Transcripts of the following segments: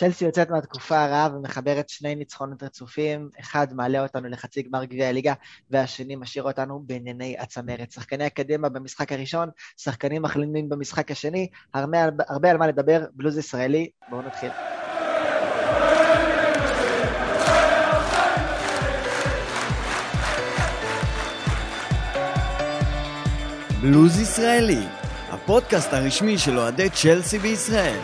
צ'לסי יוצאת מהתקופה הרעה ומחברת שני ניצחונות רצופים, אחד מעלה אותנו לחצי גמר גביע הליגה, והשני משאיר אותנו בענייני הצמרת. שחקני הקדימה במשחק הראשון, שחקנים מחלימים במשחק השני, הרבה על מה לדבר, בלוז ישראלי, בואו נתחיל. בלוז ישראלי, הפודקאסט הרשמי של אוהדי צ'לסי בישראל.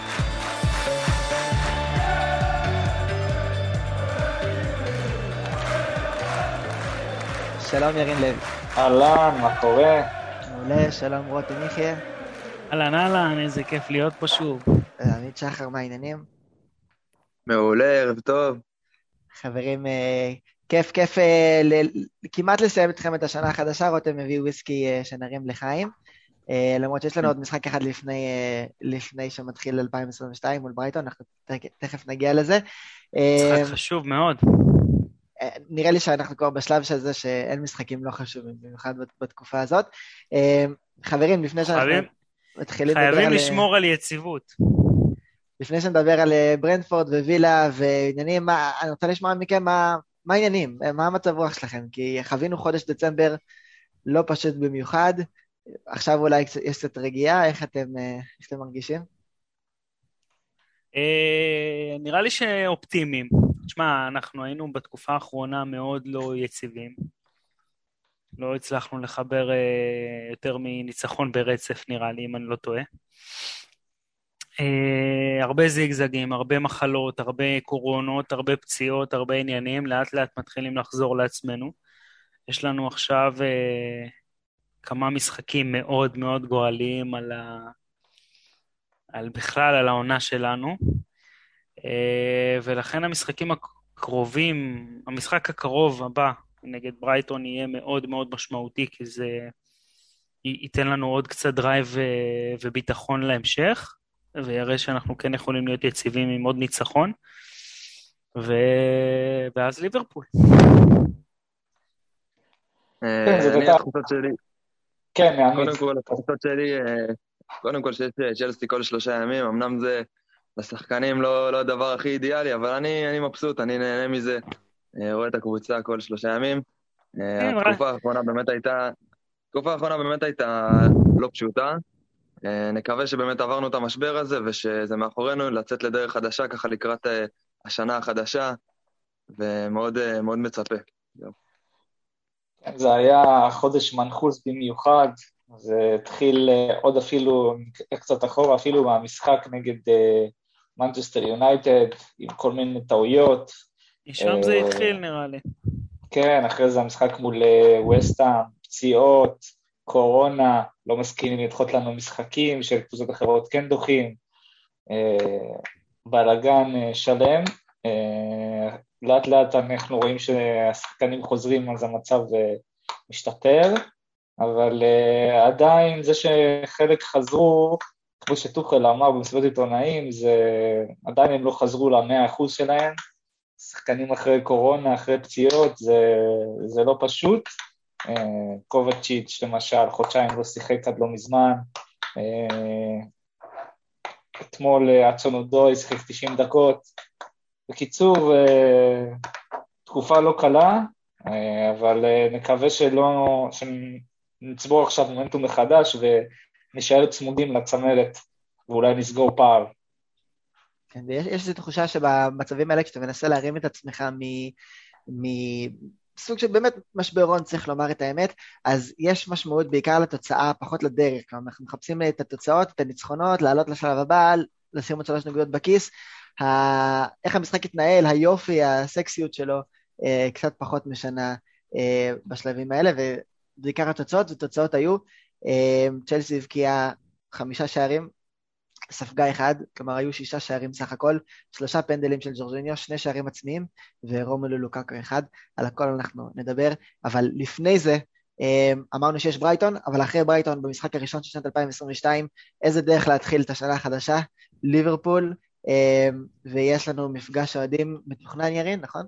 שלום ירין לוי. אהלן, מה קורה? מעולה, שלום רותם מיכיה. אהלן, איזה כיף להיות פה שוב. עמית שחר, מה העניינים? מעולה, ערב טוב. חברים, כיף כמעט לסיים אתכם את השנה החדשה. רותם מביא וויסקי שנרים לחיים, למרות שיש לנו עוד משחק אחד לפני שמתחיל 2022 מול ברייטון, אנחנו תכף נגיע לזה. משחק חשוב מאוד. נראה לי שאנחנו כבר בשלב של זה שאין משחקים לא חשובים, במיוחד בתקופה הזאת. חברים, לפני שאנחנו מתחילים לדבר על... חייבים לשמור על יציבות. לפני שנדבר על ברנטפורד ווילה ועניינים, אני רוצה לשמוע מכם מה העניינים, מה המצב רוח שלכם, כי חווינו חודש דצמבר לא פשוט במיוחד, עכשיו אולי יש קצת רגיעה, איך אתם מרגישים? נראה לי שאופטימיים. תשמע, אנחנו היינו בתקופה האחרונה מאוד לא יציבים. לא הצלחנו לחבר יותר מניצחון ברצף, נראה לי, אם אני לא טועה. הרבה זיגזגים, הרבה מחלות, הרבה קורונות, הרבה פציעות, הרבה עניינים, לאט לאט מתחילים לחזור לעצמנו. יש לנו עכשיו כמה משחקים מאוד מאוד גואליים בכלל על העונה שלנו. ולכן המשחקים הקרובים, המשחק הקרוב הבא נגד ברייטון יהיה מאוד מאוד משמעותי, כי זה ייתן לנו עוד קצת דרייב וביטחון להמשך, ויראה שאנחנו כן יכולים להיות יציבים עם עוד ניצחון, ואז ליברפול. אני החלטות שלי. כן, עמית. קודם כל שיש צ'לסי כל 3 ימים, אמנם זה לשחקנים לא הדבר הכי אידיאלי, אבל אני מבסוט, אני נהנה מזה, רואה את הקבוצה כל 3 ימים. התקופה האחרונה באמת הייתה לא פשוטה. נקווה שבאמת עברנו את המשבר הזה, ושזה מאחורינו, לצאת לדרך חדשה, ככה לקראת השנה החדשה, ומאוד מאוד מצפה. זה היה חודש מנחוס במיוחד, זה התחיל עוד אפילו, קצת אחורה, אפילו מהמשחק נגד מנצ'סטר יונייטד, עם כל מיני טעויות. משם זה התחיל נראה לי. כן, אחרי זה המשחק מול ווסטהאם, פציעות, קורונה, לא מסכימים לדחות לנו משחקים, של קבוצות אחרות כן דוחים, בלגן שלם. לאט לאט אנחנו רואים שהשחקנים חוזרים, אז המצב משתפר, אבל עדיין זה שחלק חזרו, כמו שטוחל אמר במסיבות עיתונאים, זה עדיין הם לא חזרו ל100% שלהם, שחקנים אחרי קורונה, אחרי פציעות, זה לא פשוט. קובצ'יץ' למשל, חודשיים לא שיחק עד לא מזמן, אתמול אצונודוי שיחק 90 דקות, בקיצור, תקופה לא קלה, אבל נקווה שנצבור עכשיו מומנטום מחדש, ונשאר צמודים לצמרת, ואולי נסגור פער. כן, ויש איזו תחושה שבמצבים האלה, כשאתה מנסה להרים את עצמך מסוג של באמת משברון, צריך לומר את האמת, אז יש משמעות בעיקר לתוצאה, פחות לדרך, כלומר, אנחנו מחפשים את התוצאות, את הניצחונות, לעלות לשלב הבא, לשים עוד 3 נקודות בכיס, איך המשחק התנהל, היופי, הסקסיות שלו, קצת פחות משנה בשלבים האלה, ובעיקר התוצאות, ותוצאות היו, צ'לסי הבקיעה 5 שערים, ספגה 1, כלומר היו 6 שערים סך הכל, 3 פנדלים של ג'ורג'יניו, 2 שערים עצמיים, ורומלו לוקאקו 1, על הכל אנחנו נדבר, אבל לפני זה, אמרנו שיש ברייטון, אבל אחרי ברייטון, במשחק הראשון של שנת 2022, איזה דרך להתחיל את השנה החדשה, ליברפול, ויש לנו מפגש אוהדים מתוכנן ירין, נכון?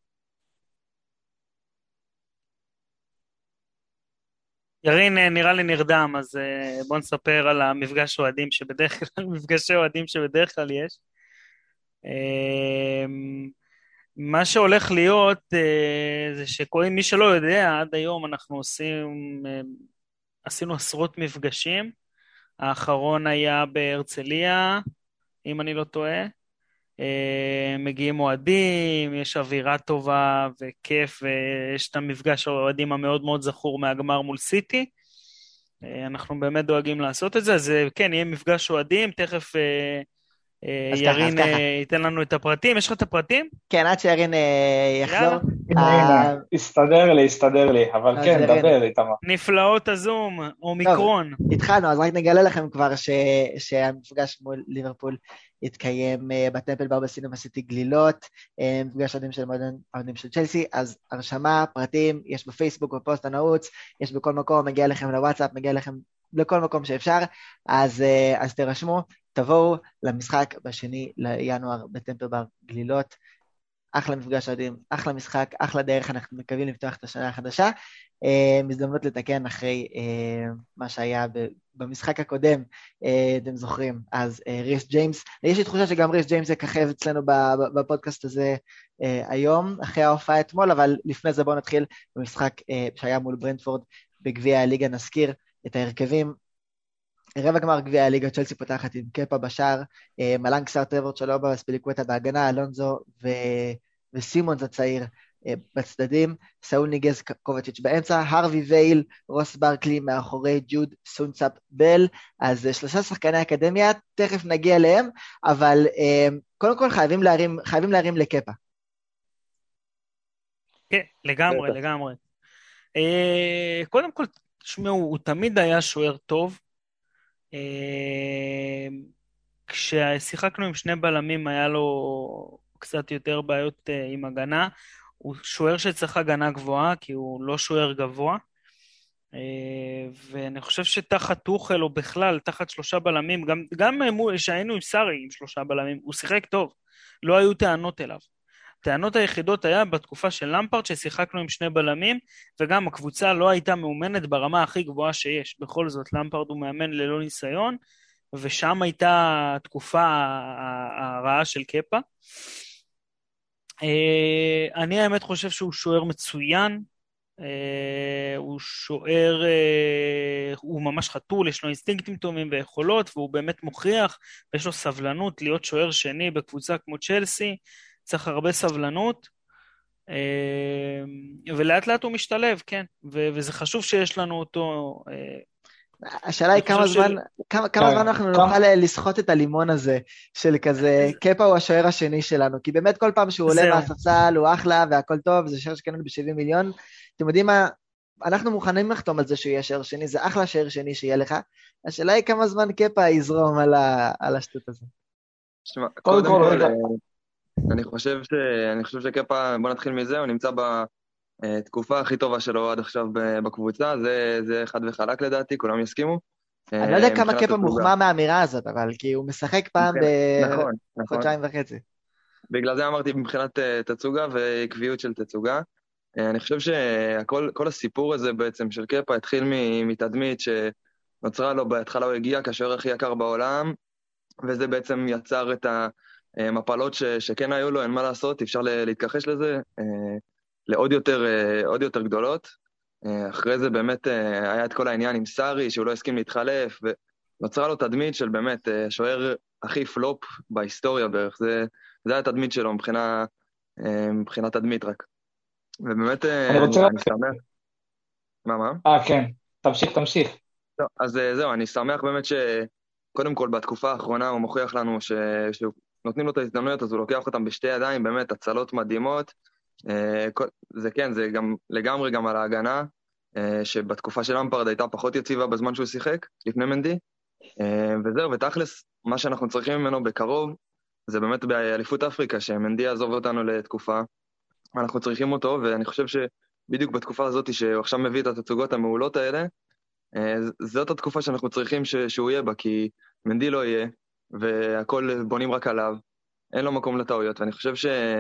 ירין נראה לי נרדם, אז בוא נספר על המפגש אוהדים שבדרך כלל, מפגשי אוהדים שבדרך כלל יש. מה שהולך להיות זה מי שלא יודע, עד היום אנחנו עשינו עשרות מפגשים, האחרון היה בהרצליה, אם אני לא טועה, מגיעים אוהדים, יש אווירה טובה וכיף, ויש את המפגש האוהדים המאוד מאוד זכור מהגמר מול סיטי, אנחנו באמת דואגים לעשות את זה, אז כן, יהיה מפגש אוהדים, תכף ירין ייתן לנו את הפרטים, יש לך את הפרטים? כן, עד שירין יחזור. הנה, הסתדר לי, אבל כן, דבר איתמה. נפלאות הזום, אומיקרון. התחלנו, אז רק נגלה לכם כבר שהמפגש מול ליברפול יתקיים בטמפל בר בסינמה סיטי גלילות, מפגש אוהדים של צ'לסי, אז הרשמה, פרטים, יש בפייסבוק, בפוסט הנעוץ, יש בכל מקום, מגיע לכם לוואטסאפ, מגיע לכם לכל מקום שאפשר, אז תרשמו, תבואו למשחק בשני לינואר בטמפל בר גלילות, אחלה מפגש אוהדים, אחלה משחק, אחלה דרך, אנחנו מקווים לפתוח את השנה החדשה, מזדמנות לתקן אחרי מה שהיה במשחק הקודם, אתם זוכרים, אז ריס ג'יימס, יש לי תחושה שגם ריס ג'יימס יככב אצלנו בפודקאסט הזה היום, אחרי ההופעה אתמול, אבל לפני זה בואו נתחיל במשחק שהיה מול ברנטפורד בגביע הליגה, נזכיר את ההרכבים, רבע גמר גביע הליגה, צ'לסי פותחת עם קפה בשער, מלנג סאר טרוור צ'לובה, ספיליקווטה בהגנה, אלונזו וסימונס הצעיר בצדדים, סאול ניגז קובצ'יץ' באמצע, הרווי וייל, רוס ברקלי מאחורי ג'וד סונסאפ בל, אז 3 שחקני אקדמיה, תכף נגיע אליהם, אבל קודם כל חייבים להרים לקפה. כן, לגמרי. קודם כל, תשמעו, הוא תמיד היה שוער טוב, כששיחקנו עם 2 בלמים היה לו קצת יותר בעיות עם הגנה, הוא שוער שצריך הגנה גבוהה, כי הוא לא שוער גבוה, ואני חושב שתחת טוחל או בכלל, תחת 3 בלמים, גם שהיינו עם סארי עם 3 בלמים, הוא שיחק טוב, לא היו טענות אליו. הטענות היחידות היה בתקופה של למפרד ששיחקנו עם 2 בלמים, וגם הקבוצה לא הייתה מאומנת ברמה הכי גבוהה שיש. בכל זאת, למפרד הוא מאמן ללא ניסיון, ושם הייתה תקופה הרעה של קפה. אני האמת חושב שהוא שוער מצוין, הוא שוער, הוא ממש חתול, יש לו אינסטינקטים טובים ויכולות, והוא באמת מוכיח, ויש לו סבלנות להיות שוער שני בקבוצה כמו צ'לסי, צריך הרבה סבלנות, ולאט לאט הוא משתלב, כן, וזה חשוב שיש לנו אותו. השאלה היא כמה זמן אנחנו נוכל לסחוט את הלימון הזה, של כזה, קפה הוא השוער השני שלנו, כי באמת כל פעם שהוא עולה מהספסל הוא אחלה והכל טוב, זה שוער שקנינו ב-70 מיליון, אתם יודעים מה, אנחנו מוכנים לחתום על זה שהוא יהיה שוער שני, זה אחלה שוער שני שיהיה לך, השאלה היא כמה זמן קפה יזרום על השטות הזה. קודם כל, אני חושב שקפה, בוא נתחיל מזה, הוא נמצא בתקופה הכי טובה שלו עד עכשיו בקבוצה, זה חד וחלק לדעתי, כולם יסכימו. אני לא יודע כמה קפה מוחמא מהאמירה הזאת, אבל כי הוא משחק פעם בחודשיים וחצי. בגלל זה אמרתי מבחינת תצוגה ועקביות של תצוגה. אני חושב שכל הסיפור הזה בעצם של קפה התחיל מתדמית שנוצרה לו, בהתחלה הוא הגיע כשוער הכי יקר בעולם, וזה בעצם יצר את המפלות שכן היו לו, אין מה לעשות, אפשר להתכחש לזה, לעוד יותר גדולות. אחרי זה באמת היה את כל העניין עם סארי, שהוא לא הסכים להתחלף, ונוצרה לו תדמית של באמת שוער הכי פלופ בהיסטוריה בערך, זה היה התדמית שלו מבחינת תדמית רק. ובאמת אני שמח. מה? כן, תמשיך. טוב, אז זהו, אני שמח באמת שקודם כל בתקופה האחרונה הוא מוכיח לנו שנותנים לו את ההזדמנויות, אז הוא לוקח אותם בשתי ידיים, באמת הצלות מדהימות. זה כן, זה גם לגמרי גם על ההגנה, שבתקופה של למפרד הייתה פחות יציבה בזמן שהוא שיחק, לפני מנדי, וזהו, ותכלס, מה שאנחנו צריכים ממנו בקרוב, זה באמת באליפות אפריקה, שמנדי יעזוב אותנו לתקופה, אנחנו צריכים אותו, ואני חושב שבדיוק בתקופה הזאת, שהוא עכשיו מביא את התצוגות המעולות האלה, זאת התקופה שאנחנו צריכים שהוא יהיה בה, כי מנדי לא יהיה, והכל בונים רק עליו, אין לו מקום לטעויות, ואני חושב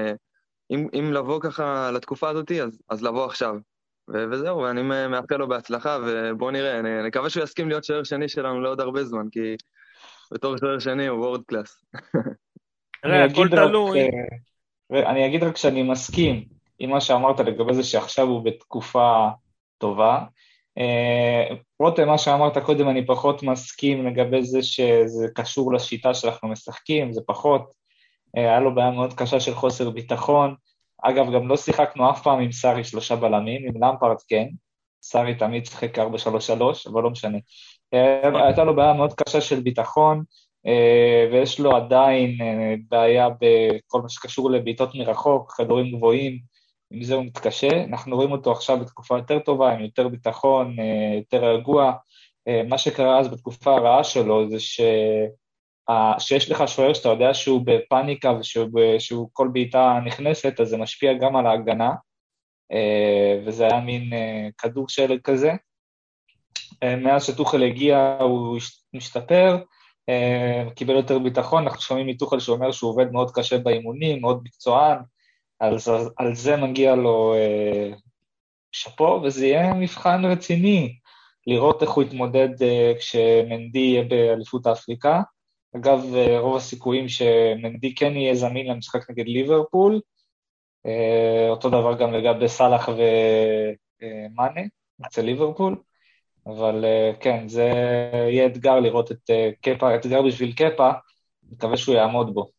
אם לבוא ככה לתקופה הזאת, אז לבוא עכשיו. וזהו, ואני מאחל לו בהצלחה, ובואו נראה, אני מקווה שהוא יסכים להיות שוער שני שלנו לעוד הרבה זמן, כי בתור שוער שני הוא וורד קלאס. הכל תלוי. אני אגיד רק שאני מסכים עם מה שאמרת לגבי זה שעכשיו הוא בתקופה טובה. רותם, מה שאמרת קודם, אני פחות מסכים לגבי זה שזה קשור לשיטה שאנחנו משחקים, זה פחות, היה לו בעיה מאוד קשה של חוסר ביטחון, אגב, גם לא שיחקנו אף פעם עם סארי 3 בלמים, עם למפרד כן, סארי תמיד שחק 4-3-3, אבל לא משנה. הייתה לו בעיה מאוד קשה של ביטחון, ויש לו עדיין בעיה בכל מה שקשור לביתות מרחוק, כדורים גבוהים, עם זה הוא מתקשה. אנחנו רואים אותו עכשיו בתקופה יותר טובה, עם יותר ביטחון, יותר רגוע. מה שקרה אז בתקופה הרעה שלו זה שיש לך שוער שאתה יודע שהוא בפאניקה ושהוא כל בעיטה נכנסת, אז זה משפיע גם על ההגנה, וזה היה מין כדור שלג כזה. מאז שטוחל הגיע הוא משתפר, קיבל יותר ביטחון, אנחנו שומעים מטוחל שאומר שהוא עובד מאוד קשה באימונים, מאוד מקצוען, על זה מגיע לו שפו, וזה יהיה מבחן רציני, לראות איך הוא יתמודד כשמנדי יהיה באליפות אפריקה. אגב, רוב הסיכויים שמנדי כן יהיה זמין למשחק נגד ליברפול, אותו דבר גם לגבי סלאח ומאנה, אצל ליברפול, אבל כן, זה יהיה אתגר לראות את קפה, אתגר בשביל קפה, מקווה שהוא יעמוד בו.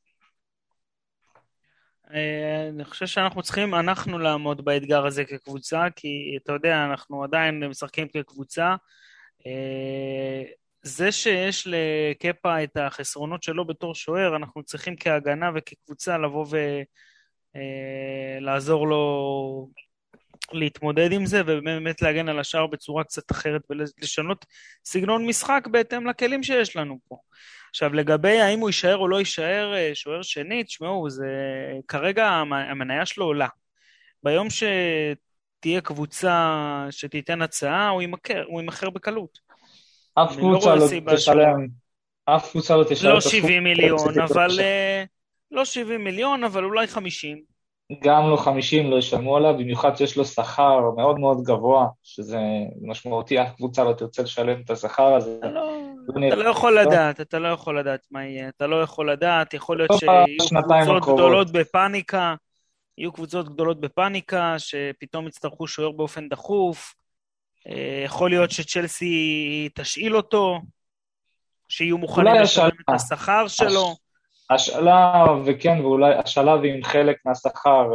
אני חושב שאנחנו צריכים, אנחנו לעמוד באתגר הזה כקבוצה, כי אתה יודע, אנחנו עדיין משחקים כקבוצה, זה שיש לקפה את החסרונות שלו בתור שוער, אנחנו צריכים כהגנה וכקבוצה לבוא ולעזור לו להתמודד עם זה, ובאמת להגן על השאר בצורה קצת אחרת, ולשנות סגנון משחק בהתאם לכלים שיש לנו פה. עכשיו, לגבי האם הוא יישאר או לא יישאר שוער שני, תשמעו, זה כרגע המניה שלו עולה. ביום שתהיה קבוצה שתיתן הצעה, הוא יימכר בקלות. אף קבוצה לא תשלם. אף קבוצה לא תשלם. לא 70 מיליון, אבל לא 70 מיליון, אבל אולי 50. גם לא 50 לא ישלמו עליו, במיוחד שיש לו שכר מאוד מאוד גבוה, שזה משמעותי, אף קבוצה לא תרצה לשלם את השכר הזה. אתה לא יכול לדעת, אתה לא יכול לדעת מה יהיה, אתה לא יכול לדעת, יכול להיות שיהיו קבוצות גדולות בפאניקה, יהיו קבוצות גדולות בפאניקה, שפתאום יצטרכו שוער באופן דחוף, יכול להיות שצ'לסי תשאיל אותו, שיהיו מוכנים לשלם את השכר שלו. השאלה, וכן, ואולי השאלה ועם חלק מהשכר.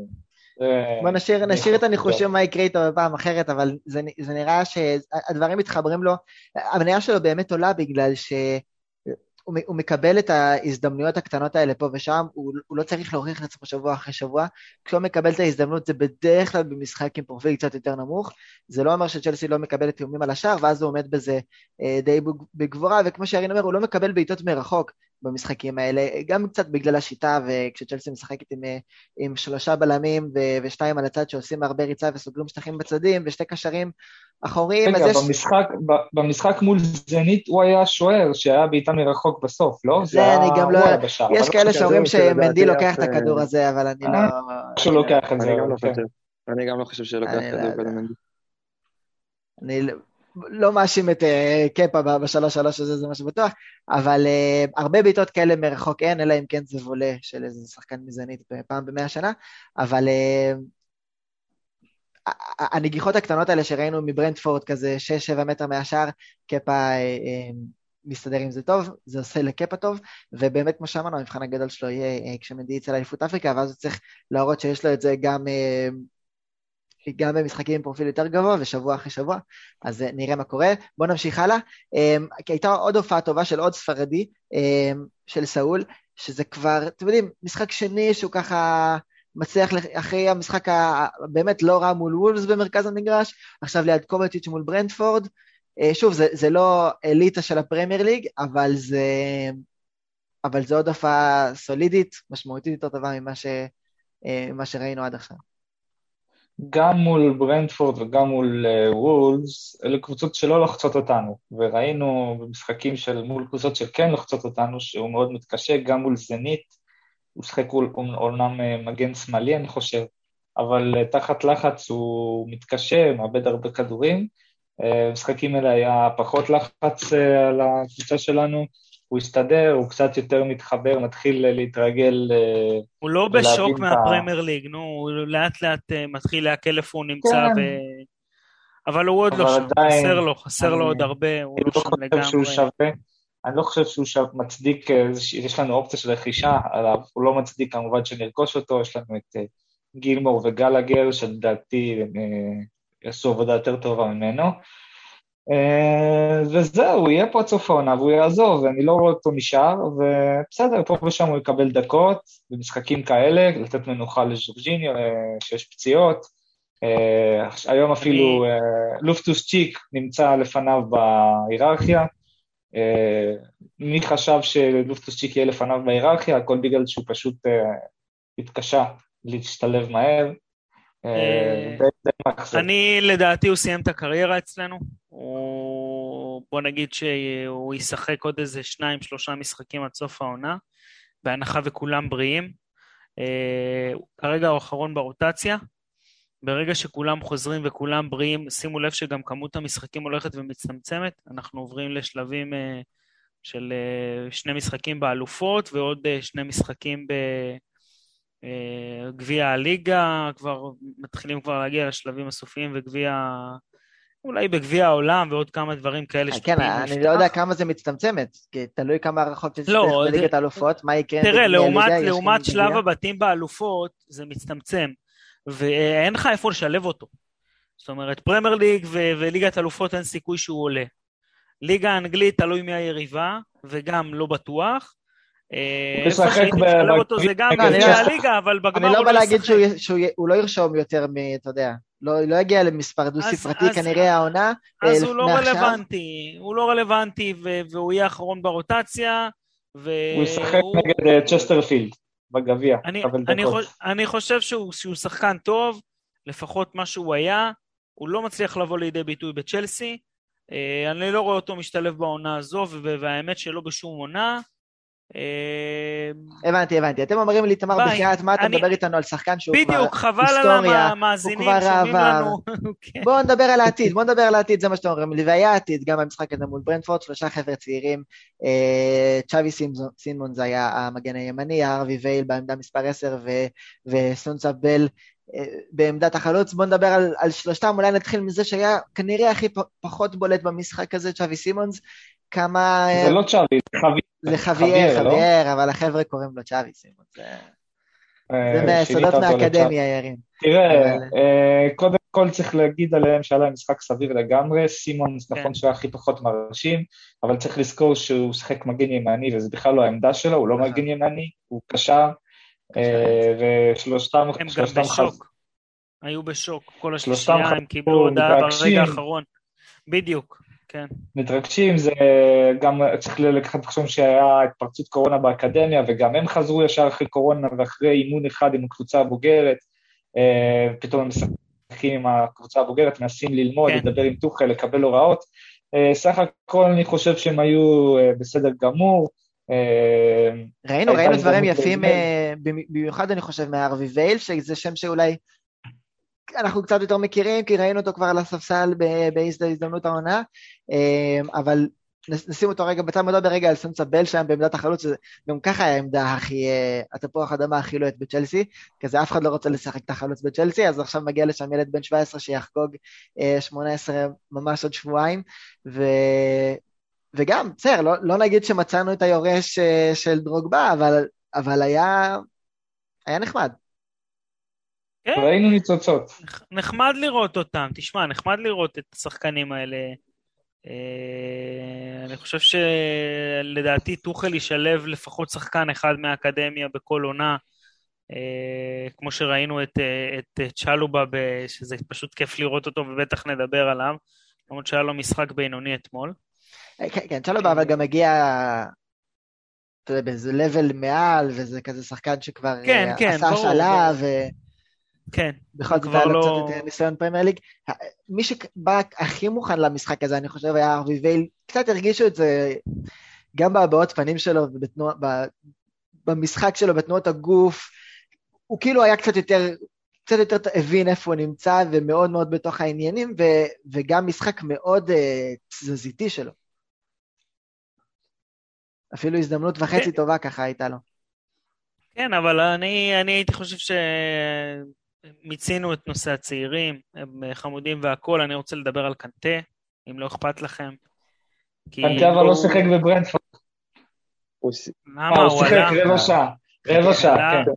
בוא נשאיר את הניחושים מה יקרה איתו בפעם אחרת, אבל זה נראה שהדברים מתחברים לו, המניה שלו באמת עולה בגלל שהוא מקבל את ההזדמנויות הקטנות האלה פה ושם, הוא לא צריך להוכיח לעצמו שבוע אחרי שבוע, כשהוא מקבל את ההזדמנות זה בדרך כלל במשחק עם פרופיל קצת יותר נמוך, זה לא אומר שצ'לסי לא מקבלת איומים על השאר, ואז הוא עומד בזה די בגבורה, וכמו שירין אומר, הוא לא מקבל בעיטות מרחוק במשחקים האלה, גם קצת בגלל השיטה, וכשצ'לסי משחקת עם 3 בלמים ו2 על הצד שעושים הרבה ריצה וסוגרים שטחים בצדים, ו2 קשרים אחוריים. רגע, במשחק מול זנית הוא היה שוער שהיה בעיטה מרחוק בסוף, לא? זה אני גם לא... יש כאלה שאומרים שמנדי לוקח את הכדור הזה, אבל אני לא... שהוא לוקח את זה. אני גם לא חושב שלוקח כדור כזה מנדי. אני לא מאשים את קפה ב3-3 הזה, זה משהו בטוח, אבל הרבה בעיטות כאלה מרחוק אין, אלא אם כן זה וולה של איזה שחקן מזנית פעם ב100 שנה, אבל הנגיחות הקטנות האלה שראינו מברנטפורד, כזה 6-7 מטר מהשאר, קפה מסתדר עם זה טוב, זה עושה לקפה טוב, ובאמת כמו שאמרנו, המבחן הגדול שלו יהיה כשמנדי יצא לאליפות אפריקה, ואז הוא צריך להראות שיש לו את זה גם במשחקים עם פרופיל יותר גבוה, ושבוע אחרי שבוע, אז נראה מה קורה. בואו נמשיך הלאה. כי הייתה עוד הופעה טובה של עוד ספרדי, של סאול, שזה כבר, אתם יודעים, משחק שני שהוא ככה מצליח אחרי המשחק באמת לא רע מול וולפס במרכז המגרש, עכשיו ליד קובטיץ' מול ברנטפורד, שוב, זה לא אליטה של הפרמייר ליג, אבל זה עוד הופעה סולידית, משמעותית יותר טובה ממה שראינו עד עכשיו. גם מול ברנטפורד וגם מול וולפס, אלה קבוצות שלא לוחצות אותנו, וראינו במשחקים של מול קבוצות שכן לוחצות אותנו, שהוא מאוד מתקשה, גם מול זנית, הוא שחק אומנם מגן שמאלי אני חושב, אבל תחת לחץ הוא מתקשה, מאבד הרבה כדורים, משחקים האלה היה פחות לחץ על הקבוצה שלנו, הוא הסתדר, הוא קצת יותר מתחבר, מתחיל להתרגל. הוא לא בשוק מהפרמייר ליג, נו, הוא לאט לאט מתחיל להקל איפה הוא נמצא, אבל הוא עוד לא שם, חסר לו עוד הרבה, הוא לא שם לגמרי. אני לא חושב שהוא מצדיק, יש לנו אופציה של רכישה עליו, הוא לא מצדיק כמובן שנרכוש אותו, יש לנו את גילמור וגלגר, שלדעתי יעשו עבודה יותר טובה ממנו, וזהו, הוא יהיה פה עד סוף העונה, והוא יעזוב, ואני לא רואה אותו נשאר, ובסדר, פה ושם הוא יקבל דקות, במשחקים כאלה, לתת מנוחה לז'ורג'יניו, שיש פציעות, היום אפילו לופטוס צ'יק נמצא לפניו בהיררכיה, מי חשב שלופטוס צ'יק יהיה לפניו בהיררכיה, הכל בגלל שהוא פשוט התקשה להשתלב מהר. אני לדעתי הוא סיים את הקריירה אצלנו, בוא נגיד שהוא ישחק עוד איזה 2-3 משחקים עד סוף העונה, בהנחה וכולם בריאים, כרגע הוא אחרון ברוטציה, ברגע שכולם חוזרים וכולם בריאים, שימו לב שגם כמות המשחקים הולכת ומצטמצמת, אנחנו עוברים לשלבים של 2 משחקים באלופות, ועוד 2 משחקים בגביע הליגה, כבר מתחילים כבר להגיע לשלבים הסופיים, וגביע, אולי בגביע העולם, ועוד כמה דברים כאלה. כן, אני לא יודע כמה זה מצטמצמת, כי תלוי כמה הערכות שצריך בליגת האלופות, מה יקרה? תראה, לעומת שלב הבתים באלופות, זה מצטמצם. ואין לך איפה לשלב אותו. זאת אומרת, פרמייר ליג וליגת אלופות אין סיכוי שהוא עולה. ליגה האנגלית תלוי מי היריבה, וגם לא בטוח. איפה שהייתי לשלב אותו זה גם הליגה, אבל בגמר הוא לא ישחק. אני לא בא להגיד שהוא לא ירשום יותר אתה יודע, לא יגיע למספר דו ספרתי, כנראה העונה. אז הוא לא רלוונטי, והוא יהיה האחרון ברוטציה. הוא ישחק נגד צ'סטרפילד. בגביע. אני חושב שהוא שחקן טוב, לפחות מה שהוא היה, הוא לא מצליח לבוא לידי ביטוי בצ'לסי, אני לא רואה אותו משתלב בעונה הזו, והאמת שלא בשום עונה. הבנתי, אתם אומרים לי, תמר בחייאת, מה אתה מדבר איתנו על שחקן שהוא כבר בדיוק, חבל על המאזינים, שומעים לנו. בואו נדבר על העתיד, זה מה שאתם אומרים לי, והיה עתיד, גם במשחק הזה מול ברנטפורד, 3 חבר'ה צעירים, צ'אבי סימונס היה המגן הימני, הארווי וייל בעמדה מספר 10, וסונצה בל בעמדת החלוץ. בואו נדבר על שלושתם, אולי נתחיל מזה שהיה כנראה הכי פחות בולט במשחק הזה, צ'אבי סימונס, כמה... זה לא צ'אבי, זה חווייר, אבל החבר'ה קוראים לו צ'אבי סימונס, זה מהסודות מהאקדמיה, ירין. תראה, קודם כל צריך להגיד עליהם שהיה להם משחק סביר לגמרי, סימונס נכון שהיה הכי פחות מרשים, אבל צריך לזכור שהוא שחק מגן ימני, וזה בכלל לא העמדה שלו, הוא לא מגן ימני, הוא קשר, ושלושתם... הם גם בשוק, היו בשוק, כל השלישייה הם קיבלו הודעה ברגע האחרון, בדיוק. כן. מתרגשים, זה גם צריך לקחת בחשבון שהיה התפרצות קורונה באקדמיה, וגם הם חזרו ישר אחרי קורונה, ואחרי אימון אחד עם הקבוצה הבוגרת, פתאום הם משחקים עם הקבוצה הבוגרת, מנסים ללמוד, לדבר עם תוכל, לקבל הוראות. סך הכל אני חושב שהם היו בסדר גמור. ראינו דברים יפים, במיוחד אני חושב מהארווי וייל, שזה שם שאולי אנחנו קצת יותר מכירים, כי ראינו אותו כבר על הספסל בהזדמנות העונה, אבל נשים אותו רגע בצד, מדבר רגע על סונצה בל שם בעמדת החלוץ, גם ככה העמדה הכי, התפוח אדמה הכי לוהט בצ'לסי, כזה אף אחד לא רוצה לשחק את החלוץ בצ'לסי, אז עכשיו מגיע לשם ילד בן 17 שיחגוג 18 ממש עוד שבועיים, וגם, בסדר, לא נגיד שמצאנו את היורש של דרוגבה, אבל היה נחמד. ראינו ניצוצות. נחמד לראות אותם, תשמע, נחמד לראות את השחקנים האלה. אני חושב שלדעתי תוכל ישלב לפחות שחקן אחד מהאקדמיה בכל עונה, כמו שראינו את צ'לובה, שזה פשוט כיף לראות אותו ובטח נדבר עליו, למרות שהיה לו משחק בינוני אתמול. כן, צ'לובה אבל גם הגיע... אתה יודע, באיזה לבל מעל, וזה כזה שחקן שכבר עשה שאלה, כן, בכל זאת היה לו קצת יותר ניסיון פרמייר ליג. מי שבא הכי מוכן למשחק הזה, אני חושב, היה ארווי וייל, קצת הרגישו את זה גם בהבעות פנים שלו, במשחק שלו, בתנועות הגוף, הוא כאילו היה קצת יותר הבין איפה הוא נמצא, ומאוד מאוד בתוך העניינים, וגם משחק מאוד תזזיתי שלו. אפילו הזדמנות וחצי טובה ככה הייתה לו. כן, אבל אני הייתי חושב שמיצינו את נושא הצעירים, הם חמודים והכל, אני רוצה לדבר על קנטה, אם לא אכפת לכם. קנטה אבל לא שיחק בברנטפורד. למה? הוא שיחק רבע שעה, כן.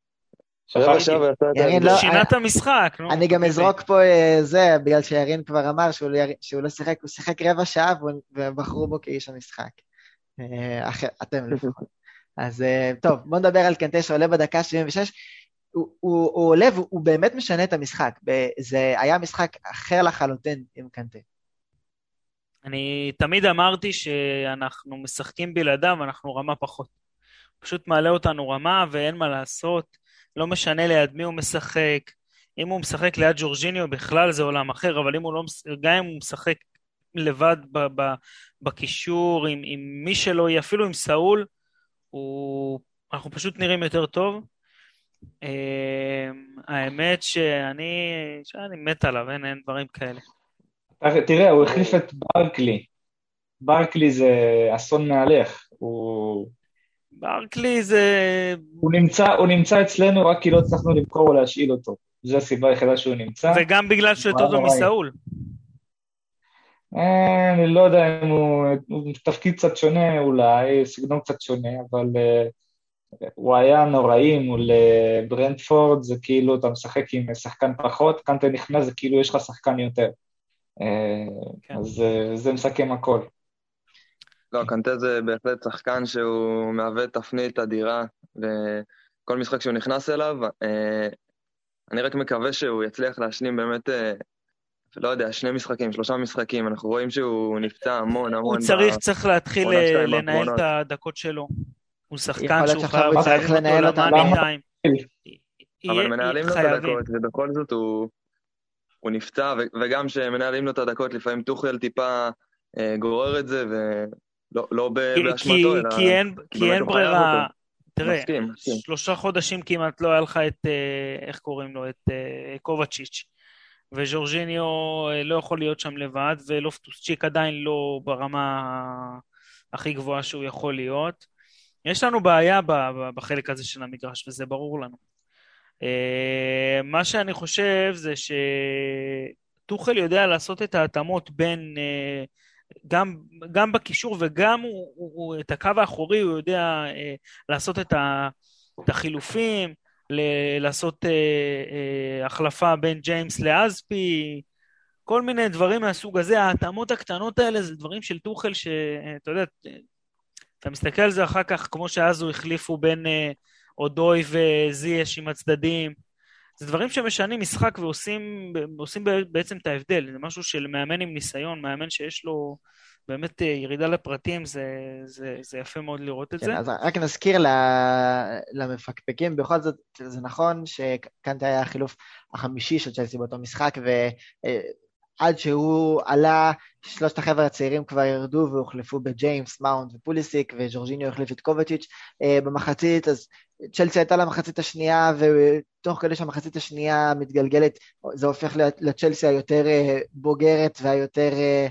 שינה את המשחק. אני גם אזרוק פה זה, בגלל שירין כבר אמר שהוא לא שיחק, הוא שיחק רבע שעה ובחרו בו כאיש המשחק. אתם לפחות. אז טוב, בוא נדבר על קנטה שעולה בדקה 76. הוא עולה והוא באמת משנה את המשחק. זה היה משחק אחר לחלוטין עם קנטה. אני תמיד אמרתי שאנחנו משחקים בלעדיו, אנחנו רמה פחות. פשוט מעלה אותנו רמה ואין מה לעשות. לא משנה ליד מי הוא משחק. אם הוא משחק ליד ג'ורג'יניו בכלל זה עולם אחר, אבל גם אם הוא משחק לבד בקישור, עם מי שלא יהיה, אפילו עם סאול, אנחנו פשוט נראים יותר טוב. האמת שאני מת עליו, אין דברים כאלה. תראה, הוא החליף את ברקלי. ברקלי זה אסון מהלך. ברקלי זה... הוא נמצא אצלנו רק כי לא הצלחנו למכור או להשאיל אותו. זו הסיבה היחידה שהוא נמצא. וגם בגלל שהוא יותר טוב מסאול. אני לא יודע אם הוא תפקיד קצת שונה אולי, סגנון קצת שונה, אבל הוא היה נוראי מול ברנטפורד, זה כאילו אתה משחק עם שחקן פחות, כאן אתה נכנס, זה כאילו יש לך שחקן יותר. אז זה מסכם הכל. לא, קנטה זה בהחלט שחקן שהוא מהווה תפנית אדירה, וכל משחק שהוא נכנס אליו, אני רק מקווה שהוא יצליח להשלים באמת, לא יודע, 2 משחקים, 3 משחקים, אנחנו רואים שהוא נפצע המון. הוא צריך להתחיל לנהל את הדקות שלו. הוא שחקן שהוא צריך לנהל אותם. אבל מנהלים לו את הדקות, ובכל זאת הוא נפצע, וגם שמנהלים לו את הדקות, לפעמים תוכל טיפה גורר את זה, ולא באשמתו, אלא... כי אין ברירה, תראה, 3 חודשים כמעט לא היה לך את, איך קוראים לו, את קובצ'יץ', וז'ורג'יניו לא יכול להיות שם לבד, ולופטוס-צ'יק עדיין לא ברמה הכי גבוהה שהוא יכול להיות. יש לנו בעיה בחלק הזה של המגרש, וזה ברור לנו. מה שאני חושב זה שטוחל יודע לעשות את ההתאמות בין, גם בקישור וגם את הקו האחורי, הוא יודע לעשות את החילופים, לעשות החלפה בין ג'יימס לאזפי, כל מיני דברים מהסוג הזה. ההתאמות הקטנות האלה זה דברים של טוחל שאתה יודע, אתה מסתכל על זה אחר כך, כמו שאז הוא החליפו בין אודוי וזייש עם הצדדים, זה דברים שמשנים משחק ועושים בעצם את ההבדל, זה משהו של מאמן עם ניסיון, מאמן שיש לו באמת ירידה לפרטים, זה יפה מאוד לראות את זה. אז רק נזכיר למפקפקים, בכל זאת זה נכון שקנטה היה החילוף החמישי של צ'לסי באותו משחק, ועד שהוא עלה, 3 החבר'ה הצעירים כבר ירדו והוחלפו בג'יימס, מאונט ופוליסיק, וג'ורג'יניו החליף את קובצ'יץ' במחצית. אז צ'לסי הייתה למחצית השנייה, ותוך כדי שהמחצית השנייה מתגלגלת, זה הופך לצ'לסי היותר בוגרת והיותר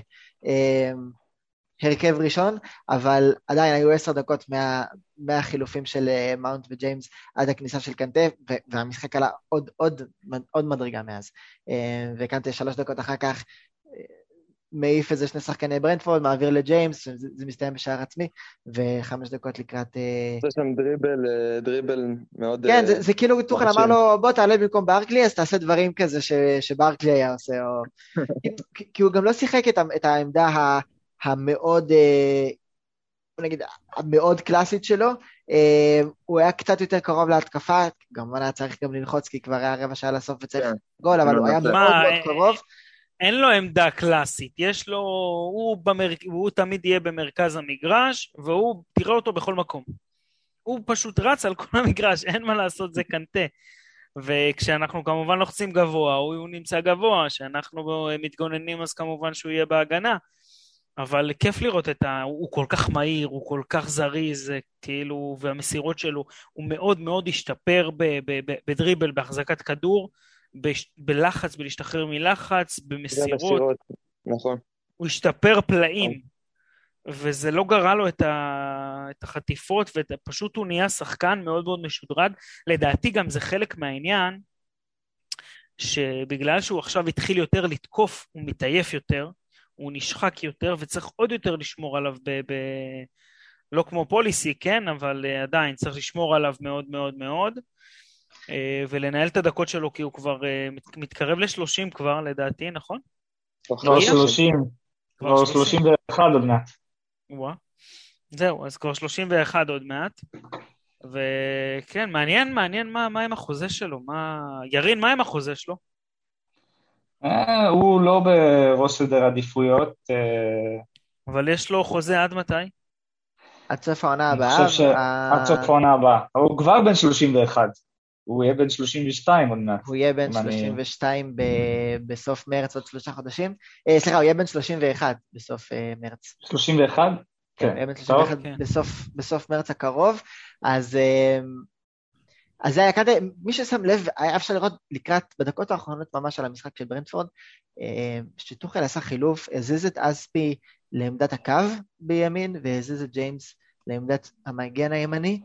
הרכב ראשון, אבל עדיין היו 10 דקות מהחילופים של מאונט וג'יימס עד הכניסה של קנטה, והמשחק עלה עוד מדרגה מאז. וקנטה 3 דקות אחר כך מעיף איזה 2 שחקני ברנטפורד, מעביר לג'יימס, זה מסתיים בשער עצמי, ו5 דקות לקראת... זה שם דריבל מאוד... כן, זה כאילו טוחל אמר לו, בוא תעלה במקום ברקלי, אז תעשה דברים כזה שברקלי היה עושה, כי הוא גם לא שיחק את העמדה המאוד, נגיד, המאוד קלאסית שלו, הוא היה קצת יותר קרוב להתקפה, גם היה צריך גם ללחוץ, כי כבר היה רבע שעה לסוף וצריך גול, אבל הוא היה מאוד מאוד קרוב. אין לו עמדה קלאסית, יש לו, הוא תמיד יהיה במרכז המגרש, והוא תראה אותו בכל מקום. הוא פשוט רץ על כל המגרש, אין מה לעשות, זה קנטה. וכשאנחנו כמובן לוחצים גבוה, הוא נמצא גבוה, כשאנחנו מתגוננים אז כמובן שהוא יהיה בהגנה, אבל כיף לראות הוא כל כך מהיר, הוא כל כך זריז, כאילו, והמסירות שלו, הוא מאוד מאוד השתפר בדריבל, בהחזקת כדור, בלחץ, בלהשתחרר מלחץ, במסירות. נכון. הוא השתפר פלאים. וזה לא גרע לו את החטיפות, ופשוט הוא נהיה שחקן מאוד מאוד משודרג. לדעתי גם זה חלק מהעניין, שבגלל שהוא עכשיו התחיל יותר לתקוף, הוא מתעייף יותר, הוא נשחק יותר, וצריך עוד יותר לשמור עליו לא כמו פוליסי, כן, אבל עדיין צריך לשמור עליו מאוד מאוד מאוד, ולנהל את הדקות שלו, כי הוא כבר מתקרב ל-30 כבר, לדעתי, נכון? לא 30, לא 31 עוד מעט. זהו, אז כבר 31 עוד מעט, וכן, מעניין מה עם החוזה שלו, ירין, מה עם החוזה שלו? הוא לא בראש סדר עדיפויות. אבל יש לו חוזה עד מתי? עד סוף העונה הבאה. אני חושב שעד סוף העונה הבאה. הוא כבר בן 31. הוא יהיה בן 32 עוד מעט. הוא יהיה בן 32 בסוף מרץ עוד 3 חודשים. סליחה, הוא יהיה בן 31 בסוף מרץ. 31? כן, הוא יהיה בן 31 בסוף מרץ הקרוב. אז זה היה כזה, מי ששם לב, היה אפשר לראות לקראת, בדקות האחרונות ממש על המשחק של ברנטפורד, שטוחל עשה חילוף, הזיז את אספי לעמדת הקו בימין, והזיז את ג'יימס לעמדת המגן הימני.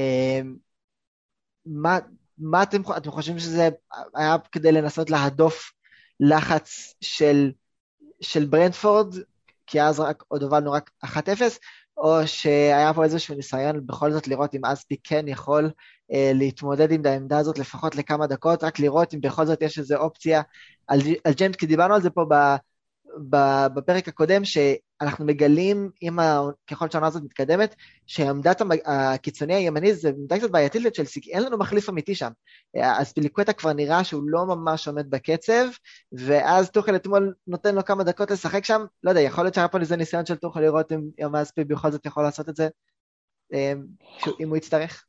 מה אתם חושבים שזה היה כדי לנסות להדוף לחץ של ברנטפורד, כי אז עוד הובלנו רק 1-0, או שהיה פה איזשהו ניסיון בכל זאת לראות אם אספי כן יכול להתמודד עם העמדה הזאת לפחות לכמה דקות, רק לראות אם בכל זאת יש איזו אופציה על ג'יימס, כי דיברנו על זה פה בפרק הקודם, שאנחנו מגלים ככל שהעונה הזאת מתקדמת, שעמדת הקיצוני הימני זה עמדה קצת בעייתית לצ'לסי, כי אין לנו מחליף אמיתי שם, אז פיליקווטה כבר נראה שהוא לא ממש עומד בקצב, ואז טוחל אתמול נותן לו כמה דקות לשחק שם, לא יודע, יכול להיות שהיה פה איזה ניסיון של טוחל לראות אם אספי בכל זאת יכול לעשות את זה, אם הוא יצטרך.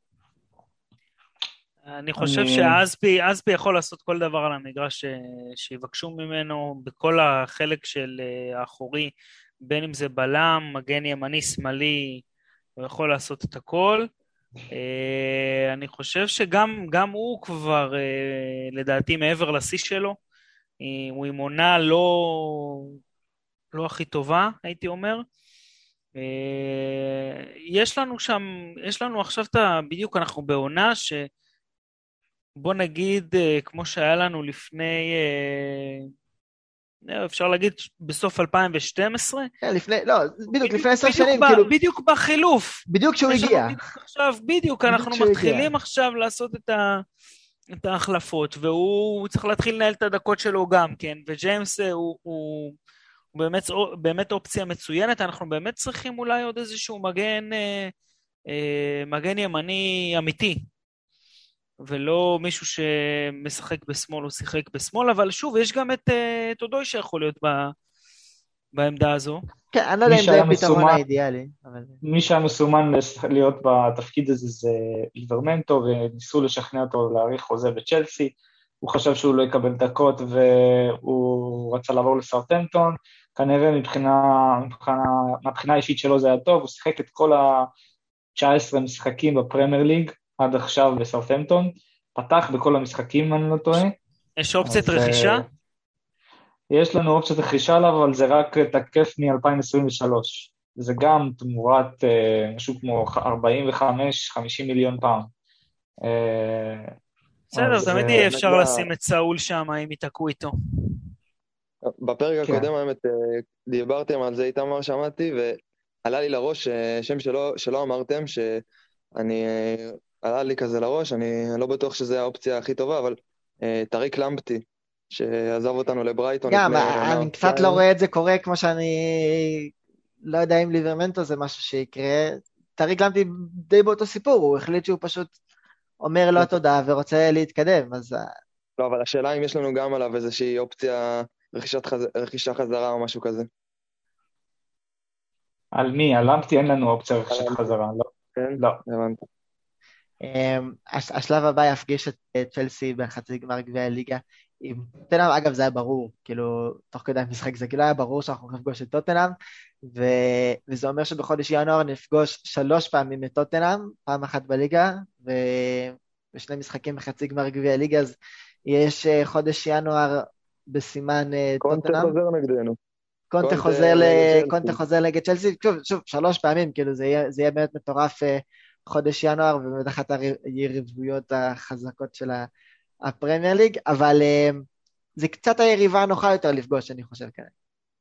אני חושב שאספי יכול לעשות כל דבר על המגרש שיבקשו ממנו בכל החלק של האחורי, בין אם זה בלם, מגן ימני, שמאלי, הוא יכול לעשות את הכל. אני חושב שגם הוא כבר, לדעתי, מעבר לשיא שלו, הוא עם עונה לא הכי טובה, הייתי אומר. יש לנו עכשיו בדיוק אנחנו בעונה בוא נגיד, כמו שהיה לנו לפני, אפשר להגיד בסוף 2012? בדיוק לפני 10 שנים. בדיוק בחילוף. בדיוק כשהוא הגיע. בדיוק אנחנו מתחילים עכשיו לעשות את ההחלפות, והוא צריך להתחיל לנהל את הדקות שלו גם, כן, וג'יימס הוא באמת אופציה מצוינת, אנחנו באמת צריכים אולי עוד איזשהו מגן ימני אמיתי. ולא מישהו שמשחק בשמאל או שיחק בשמאל, אבל שוב, יש גם את אודוי שיכול להיות בעמדה הזו. כן, אני לא יודע אם זה הפתרון האידיאלי. מי שהיה מסומן להיות בתפקיד הזה זה ליברמנטו, וניסו לשכנע אותו להאריך חוזה בצ'לסי, הוא חשב שהוא לא יקבל דקות, והוא רצה לעבור לסאות'המפטון, כנראה מבחינה אישית שלו זה היה טוב, הוא שיחק את כל ה-19 משחקים בפרמייר ליג, עד עכשיו בסאות'המפטון, פתח בכל המשחקים, אני לא טועה. יש אופציית רכישה? יש לנו אופציית רכישה עליו, אבל זה רק תקף מ-2023. זה גם תמורת משהו כמו 45-50 מיליון פעם. בסדר, תמיד יהיה אפשר לשים את סאול שם, אם יתעקו איתו. בפרק הקודם, האמת, דיברתם על זה איתמר, שמעתי, ועלה לי לראש שם שלא אמרתם, עלה לי כזה לראש, אני לא בטוח שזה האופציה הכי טובה, אבל טריק למפטי, שעזב אותנו לברייטון. גם, אני קצת לא רואה את זה קורה, כמו שאני לא יודע אם ליברמנטו זה משהו שיקרה. טריק למפטי די באותו סיפור, הוא החליט שהוא פשוט אומר לא תודה ורוצה להתקדם, אז... לא, אבל השאלה אם יש לנו גם עליו איזושהי אופציה רכישה חזרה או משהו כזה. על מי? על למפטי אין לנו אופציה רכישת חזרה, לא. לא, הבנתי. השלב הבא יפגיש את צ'לסי בחצי גמר גביע הליגה עם טוטנהאם. אגב זה היה ברור, כאילו תוך כדי המשחק זה כאילו היה ברור שאנחנו נפגוש את טוטנהאם, וזה אומר שבחודש ינואר נפגוש 3 פעמים את טוטנהאם, פעם אחת בליגה ושני משחקים בחצי גמר גביע הליגה, אז יש חודש ינואר בסימן טוטנהאם. קונטה חוזר נגדנו. קונטה חוזר נגד צ'לסי, שוב, 3 פעמים, כאילו זה יהיה באמת מטורף חודש ינואר, ובאמת אחת היריבויות החזקות של הפרמייר ליג, אבל זה קצת היריבה הנוחה יותר לפגוש, אני חושב כרגע.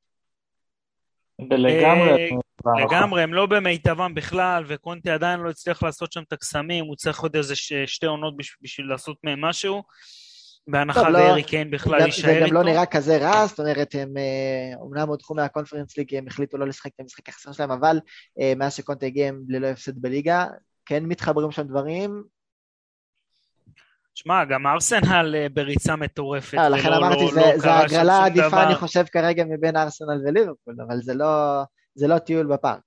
לגמרי, הם לא במיטבם בכלל, וקונטה עדיין לא הצליח לעשות שם את הקסמים, הוא צריך עוד איזה 2 עונות בשביל לעשות מהם משהו, בהנחה והרי קיין בכלל יישאר איתו. זה גם לא נראה כזה רע, זאת אומרת, הם אומנם הודחו מהקונפרנס ליג, הם החליטו לא לשחק את המשחק החסר שלהם, אבל מאז שקונטה הגיע הם ללא הפסד בליגה, כן מתחברים שם דברים. שמע, גם ארסנל בריצה מטורפת. לכן אמרתי, זה הגרלה העדיפה, אני חושב כרגע מבין ארסנל וליברפול, אבל זה לא טיול בפארק.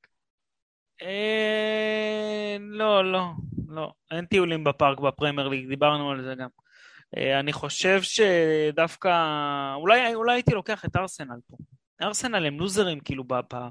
לא, אין טיולים בפארק בפרמייר ליג, דיברנו על זה גם. אני חושב שדווקא, אולי הייתי לוקח את ארסנל פה. ארסנל הם לוזרים, כאילו,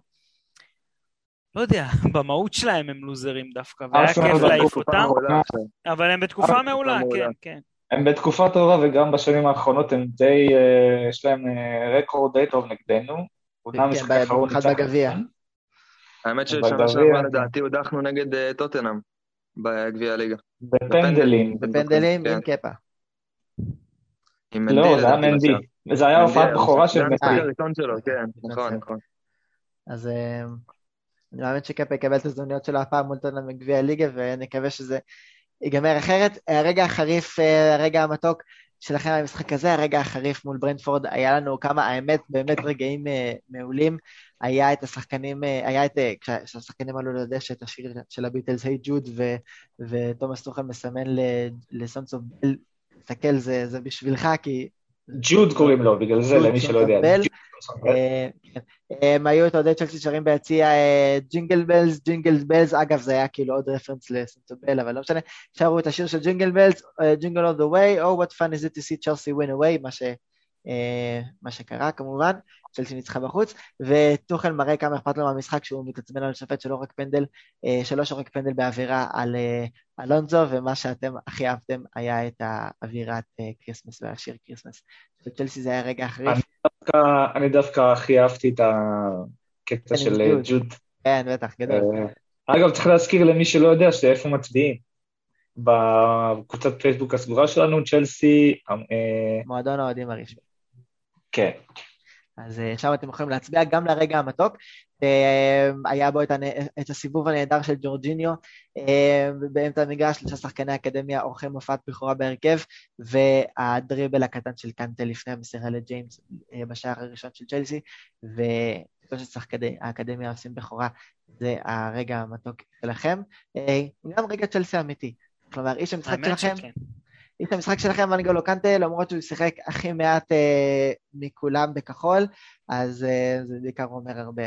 לא יודע, במהות שלהם הם לוזרים דווקא, והיה כיף להעיף אותם, אבל הם בתקופה מעולה, כן. הם בתקופה טובה, וגם בשנים האחרונות הם די, יש להם רקורד די טוב נגדנו. במיוחד בגביע. האמת ששנה שעברה לדעתי הודחנו נגד טוטנהאם בגביע הליגה. בפנדלים עם קפה. לא, זה היה מנדי. זה היה הופעת בכורה של מנדי. זה המשחק הראשון שלו, כן, נכון. אז אני מאמין שקפה יקבל את הזדמנויות שלו הפעם מול טוטנהאם בגביע הליגה, ונקווה שזה ייגמר אחרת. הרגע החריף, הרגע המתוק שלכם במשחק הזה, הרגע החריף מול ברנטפורד, היה לנו כמה, האמת, באמת רגעים מעולים. היה את השחקנים, כשהשחקנים עלו לדשא את השיר של הביטלס, היי ג'וד, ותומאס טוחל מסמן לסונסו בל, תסתכל, זה בשבילך, כי... ג'וד קוראים לו, בגלל זה, למי שלא יודע. הם היו את עודד צ'לסי שרים ביציע ג'ינגל בלז, אגב זה היה כאילו עוד רפרנס לסונסו בל, אבל לא משנה, שרו את השיר של ג'ינגל בלז, ג'ינגל all the way, oh what fun is it to see Chelsea win away, מה שקרה כמובן, צ'לסי ניצחה בחוץ, וטוחל מראה כמה אכפת לו מהמשחק שהוא מתעצבן על שופט שלא שורק פנדל באווירה על אלונזו, ומה שאתם הכי אהבתם היה את האווירת קריסמס והשיר קריסמס. צ'לסי זה היה רגע אחריף. אני דווקא הכי אהבתי את הקטע של ג'וד. כן, בטח, גדול. אגב, צריך להזכיר למי שלא יודע שאיפה מצביעים. בקבוצת פייסבוק הסגורה שלנו, צ'לסי... מועדון האוהדים הרשמי. כן. אז שם אתם יכולים להצביע גם לרגע המתוק. היה בו את הסיבוב הנהדר של ג'ורג'יניו, באמצע המגרש, 3 שחקני האקדמיה עורכים הופעת בכורה בהרכב, והדריבל הקטן של קנטה לפני המסירה לג'יימס בשער הראשון של צ'לסי, ושלושת שחקני האקדמיה עושים בכורה, זה הרגע המתוק שלכם. גם רגע צ'לסי אמיתי. כלומר, איש המשחק שלכם, ואנגולו קנטה, למרות שהוא שיחק הכי מעט מכולם בכחול, אז זה בעיקר אומר הרבה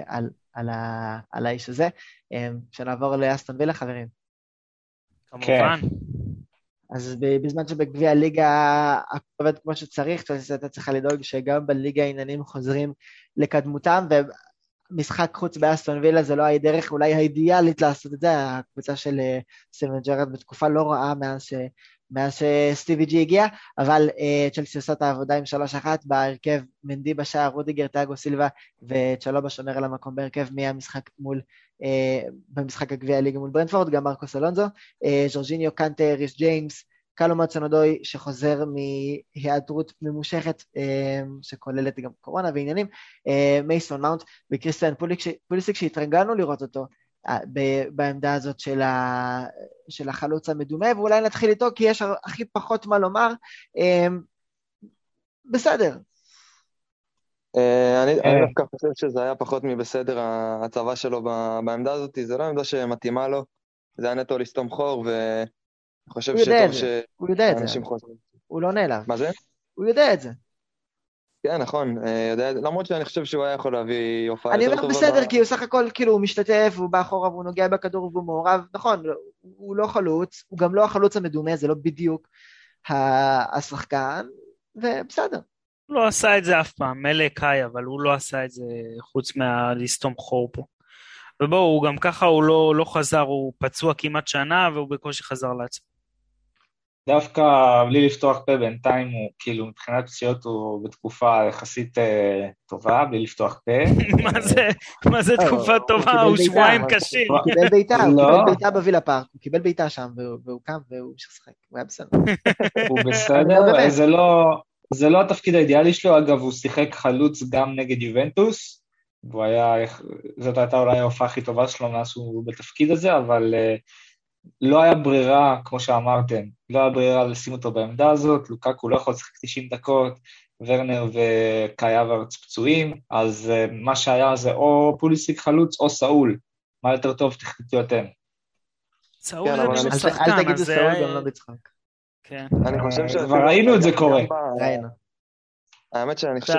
על האיש הזה. שנעבור לאסטון וילה, חברים. כמובן. אז בזמן שבגביע הליגה עובד כמו שצריך, אתה צריכה לדאוג שגם בליגה העניינים חוזרים לקדמותם, ומשחק חוץ באסטון וילה זה לא הדרך אולי האידיאלית לעשות את זה, הקבוצה של סטיבן ג'רארד בתקופה לא רעה מאז שסטיבי ג'י הגיע, אבל צ'לסי עושה את העבודה עם 3-1, בהרכב מנדי בשער, רודיגר, תיאגו סילבה, וצ'לובה שומר על המקום בהרכב מהמשחק במשחק הגביע הליגה מול ברנטפורד, גם מרקוס אלונזו, ז'ורג'יניו, קנטה, ריס ג'יימס, קלום אודסון-אודוי, שחוזר מהיעדרות ממושכת, שכוללת גם קורונה ועניינים, מייסון מאונט, וקריסטיאן פוליסיק, שהתרגלנו לראות אותו, בעמדה הזאת של החלוץ המדומה, ואולי נתחיל איתו, כי יש הכי פחות מה לומר. בסדר. אני דווקא חושב שזה היה פחות מבסדר, הצבא שלו בעמדה הזאת, זה לא עמדה שמתאימה לו, זה היה נטו לסתום חור, ואני חושב שטוב שאנשים חוזרים. הוא לא נעלב. מה זה? הוא יודע את זה. כן, נכון, למרות שאני חושב שהוא היה יכול להביא הופעה יותר טובה. אני אומר בסדר, כי הוא סך הכל, כאילו, הוא משתתף, הוא בא אחורה, והוא נוגע בכדור, והוא מעורב, נכון, הוא לא חלוץ, הוא גם לא החלוץ המדומה, זה לא בדיוק השחקן, ובסדר. הוא לא עשה את זה אף פעם, מלא קאי, אבל הוא לא עשה את זה חוץ מהלסתום חור פה. ובואו, הוא גם ככה, הוא לא חזר, הוא פצוע כמעט שנה, והוא בקושי חזר לעצמו. דווקא בלי לפתוח פה בינתיים, הוא כאילו מבחינת פציעות הוא בתקופה יחסית טובה, בלי לפתוח פה. מה זה תקופה טובה? הוא שבועיים קשים. הוא קיבל בעיטה בווילה פארק, הוא קיבל בעיטה שם, והוא קם והוא משחק, הוא היה בסדר. הוא בסדר, זה לא התפקיד האידיאלי שלו, אגב הוא שיחק חלוץ גם נגד יובנטוס, זאת הייתה אולי ההופעה הכי טובה שלו מאז שהוא בתפקיד הזה, אבל לא היה ברירה, כמו שאמרתם, לא היה ברירה לשים אותו בעמדה הזאת, לוקאקו לא יכול לשחק 90 דקות, ורנר וקאי אברץ פצועים, אז מה שהיה זה או פוליסיק חלוץ או סאול, מה יותר טוב תחליטו אתם. סאול זה משהו שחקן, אל תגידו סאול גם לא בצחק. כן. אני חושב כבר ראינו את זה קורה. האמת שאני חושב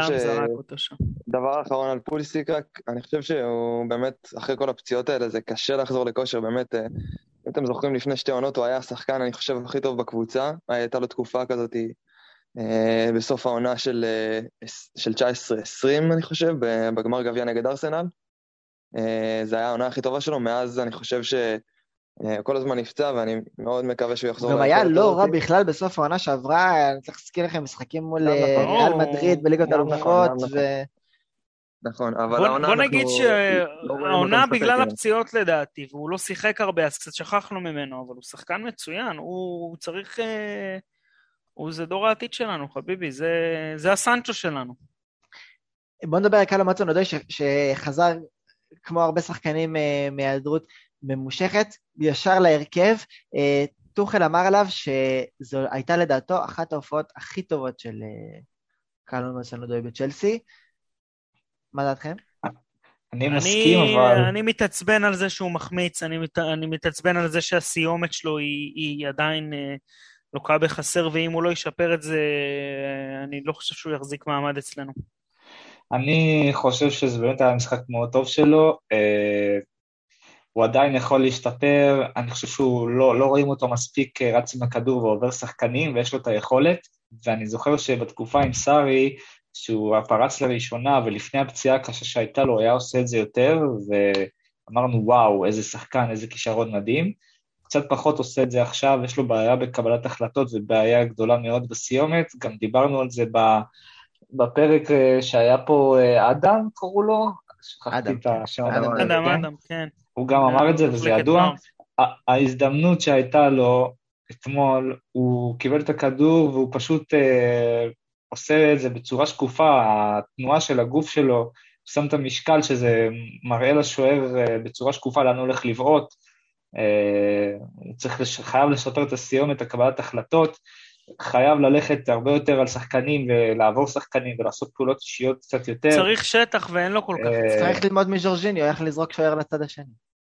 דבר האחרון על פוליסיק, אני חושב שהוא באמת, אחרי כל הפציעות האלה, זה קשה לחזור לכושר, באמת, אם אתם זוכרים לפני 2 עונות, הוא היה השחקן, אני חושב, הכי טוב בקבוצה, הייתה לו תקופה כזאת, בסוף העונה של 19-20, אני חושב, בגמר גביע נגד ארסנל, זה היה העונה הכי טובה שלו, מאז אני חושב כל הזמן נפצע, ואני מאוד מקווה שהוא יחזור. גם היה לא רע בכלל בסוף העונה שעברה, אני צריך להזכיר לכם משחקים מול ריאל מדריד בליגת האלופות. נכון, אבל העונה... בוא נגיד שהעונה בגלל הפציעות לדעתי, והוא לא שיחק הרבה, אז קצת שכחנו ממנו, אבל הוא שחקן מצוין, הוא צריך... זה דור העתיד שלנו, חביבי, זה הסנצ'ו שלנו. בוא נדבר על קאלו מאצון-אודוי, שחזר כמו הרבה שחקנים מהיעדרות, ממושכת, ישר להרכב, טוחל אמר עליו שזו הייתה לדעתו אחת ההופעות הכי טובות של קאלו מאצון-אודוי בצ'לסי. מה דעתכם? אני מסכים, אבל... אני מתעצבן על זה שהוא מחמיץ, אני מתעצבן על זה שהסיומת שלו היא עדיין לוקה בחסר, ואם הוא לא ישפר את זה, אני לא חושב שהוא יחזיק מעמד אצלנו. אני חושב שזה באמת היה משחק מאוד טוב שלו, הוא עדיין יכול להשתפר, אני חושב שהוא לא רואים אותו מספיק רץ עם הכדור ועובר שחקנים, ויש לו את היכולת, ואני זוכר שבתקופה עם סארי, שהוא פרץ לראשונה, ולפני הפציעה הקשה שהייתה לו, היה עושה את זה יותר, ואמרנו, וואו, איזה שחקן, איזה כישרון מדהים, קצת פחות עושה את זה עכשיו, יש לו בעיה בקבלת החלטות, ובעיה גדולה מאוד בסיומת, גם דיברנו על זה בפרק שהיה פה אדם, קראו לו? שכחתי את השם. אדם, כן. הוא גם אמר את זה, וזה ידוע. ההזדמנות שהייתה לו אתמול, הוא קיבל את הכדור, והוא פשוט עושה את זה בצורה שקופה, התנועה של הגוף שלו, הוא שם את המשקל שזה מראה לשוער בצורה שקופה, לאן הוא הולך לבעוט, הוא חייב לשפר את הסיומת, הקבלת החלטות, חייב ללכת הרבה יותר על שחקנים, ולעבור שחקנים, ולעשות פעולות אישיות קצת יותר. צריך שטח ואין לו כל כך. צריך ללמוד מז'ורג'יניו, איך לזרוק שוער לצד השני.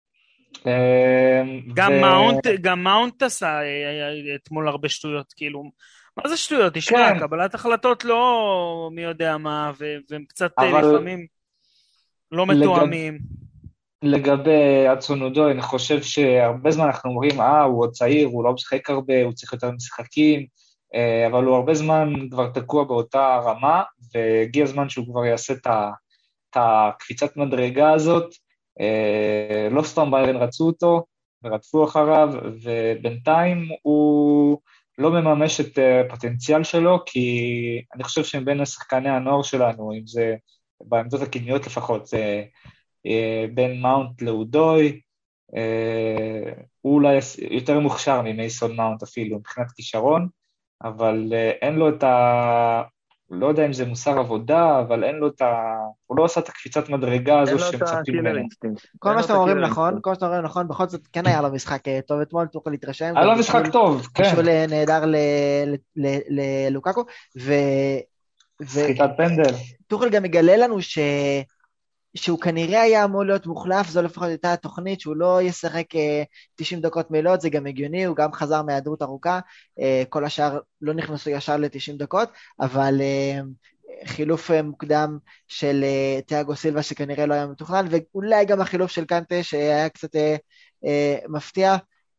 גם מאונט עשה אתמול הרבה שטויות, כאילו, מה זה שטויות? תשמע, קבלת החלטות לא מי יודע מה, והם קצת לפעמים לא מתואמים. לגבי מאצון-אודוי, אני חושב שהרבה זמן אנחנו אומרים, הוא עוד צעיר, הוא לא משחק הרבה, הוא צריך יותר משחקים, אבל הוא הרבה זמן כבר תקוע באותה רמה, והגיע הזמן שהוא כבר יעשה את הקפיצת מדרגה הזאת, לא סתם ביירן רצו אותו, ורדפו אחריו, ובינתיים הוא לא מממש את הפוטנציאל שלו, כי אני חושב שבין השחקני הנוער שלנו, אם זה בעמדות הקדמיות לפחות, זה בין מאונט לאודוי, הוא אולי יותר מוכשר ממייסון מאונט אפילו, מבחינת כישרון, אבל אין לו את לא יודע אם זה מוסר עבודה, אבל אין לו הוא לא עושה את הקפיצת מדרגה הזו שמצפים ממנו. כל מה שאתם אומרים נכון, בכל זאת כן היה לו משחק טוב אתמול, תוכל להתרשם. היה לו משחק טוב, כן. משהו נהדר ללוקאקו, סחיטת פנדל. תוכל גם מגלה לנו שהוא כנראה היה אמור להיות מוחלף, זו לפחות הייתה התוכנית, שהוא לא ישחק 90 דקות מלאות, זה גם הגיוני, הוא גם חזר מהיעדרות ארוכה, כל השאר לא נכנסו ישר ל-90 דקות, אבל חילוף מוקדם של תיאגו סילבה שכנראה לא היה מתוכנן, ואולי גם החילוף של קנטה שהיה קצת מפתיע,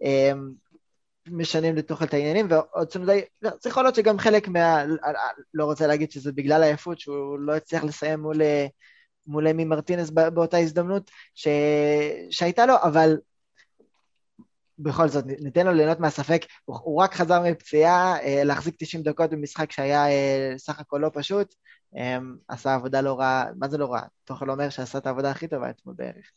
משנים לתוך את העניינים, ועוד צמדי, צריך להיות שגם חלק לא רוצה להגיד שזה בגלל העייפות, שהוא לא הצליח לסיים מול אמי מרטינס באותה הזדמנות שהייתה לו, אבל בכל זאת, ניתן לו ליהנות מהספק, הוא רק חזר מפציעה, להחזיק 90 דקות במשחק שהיה סך הכל לא פשוט, עשה עבודה לא רעה, מה זה לא רעה? תוכל אומר שעשה את העבודה הכי טובה אתמול בערך.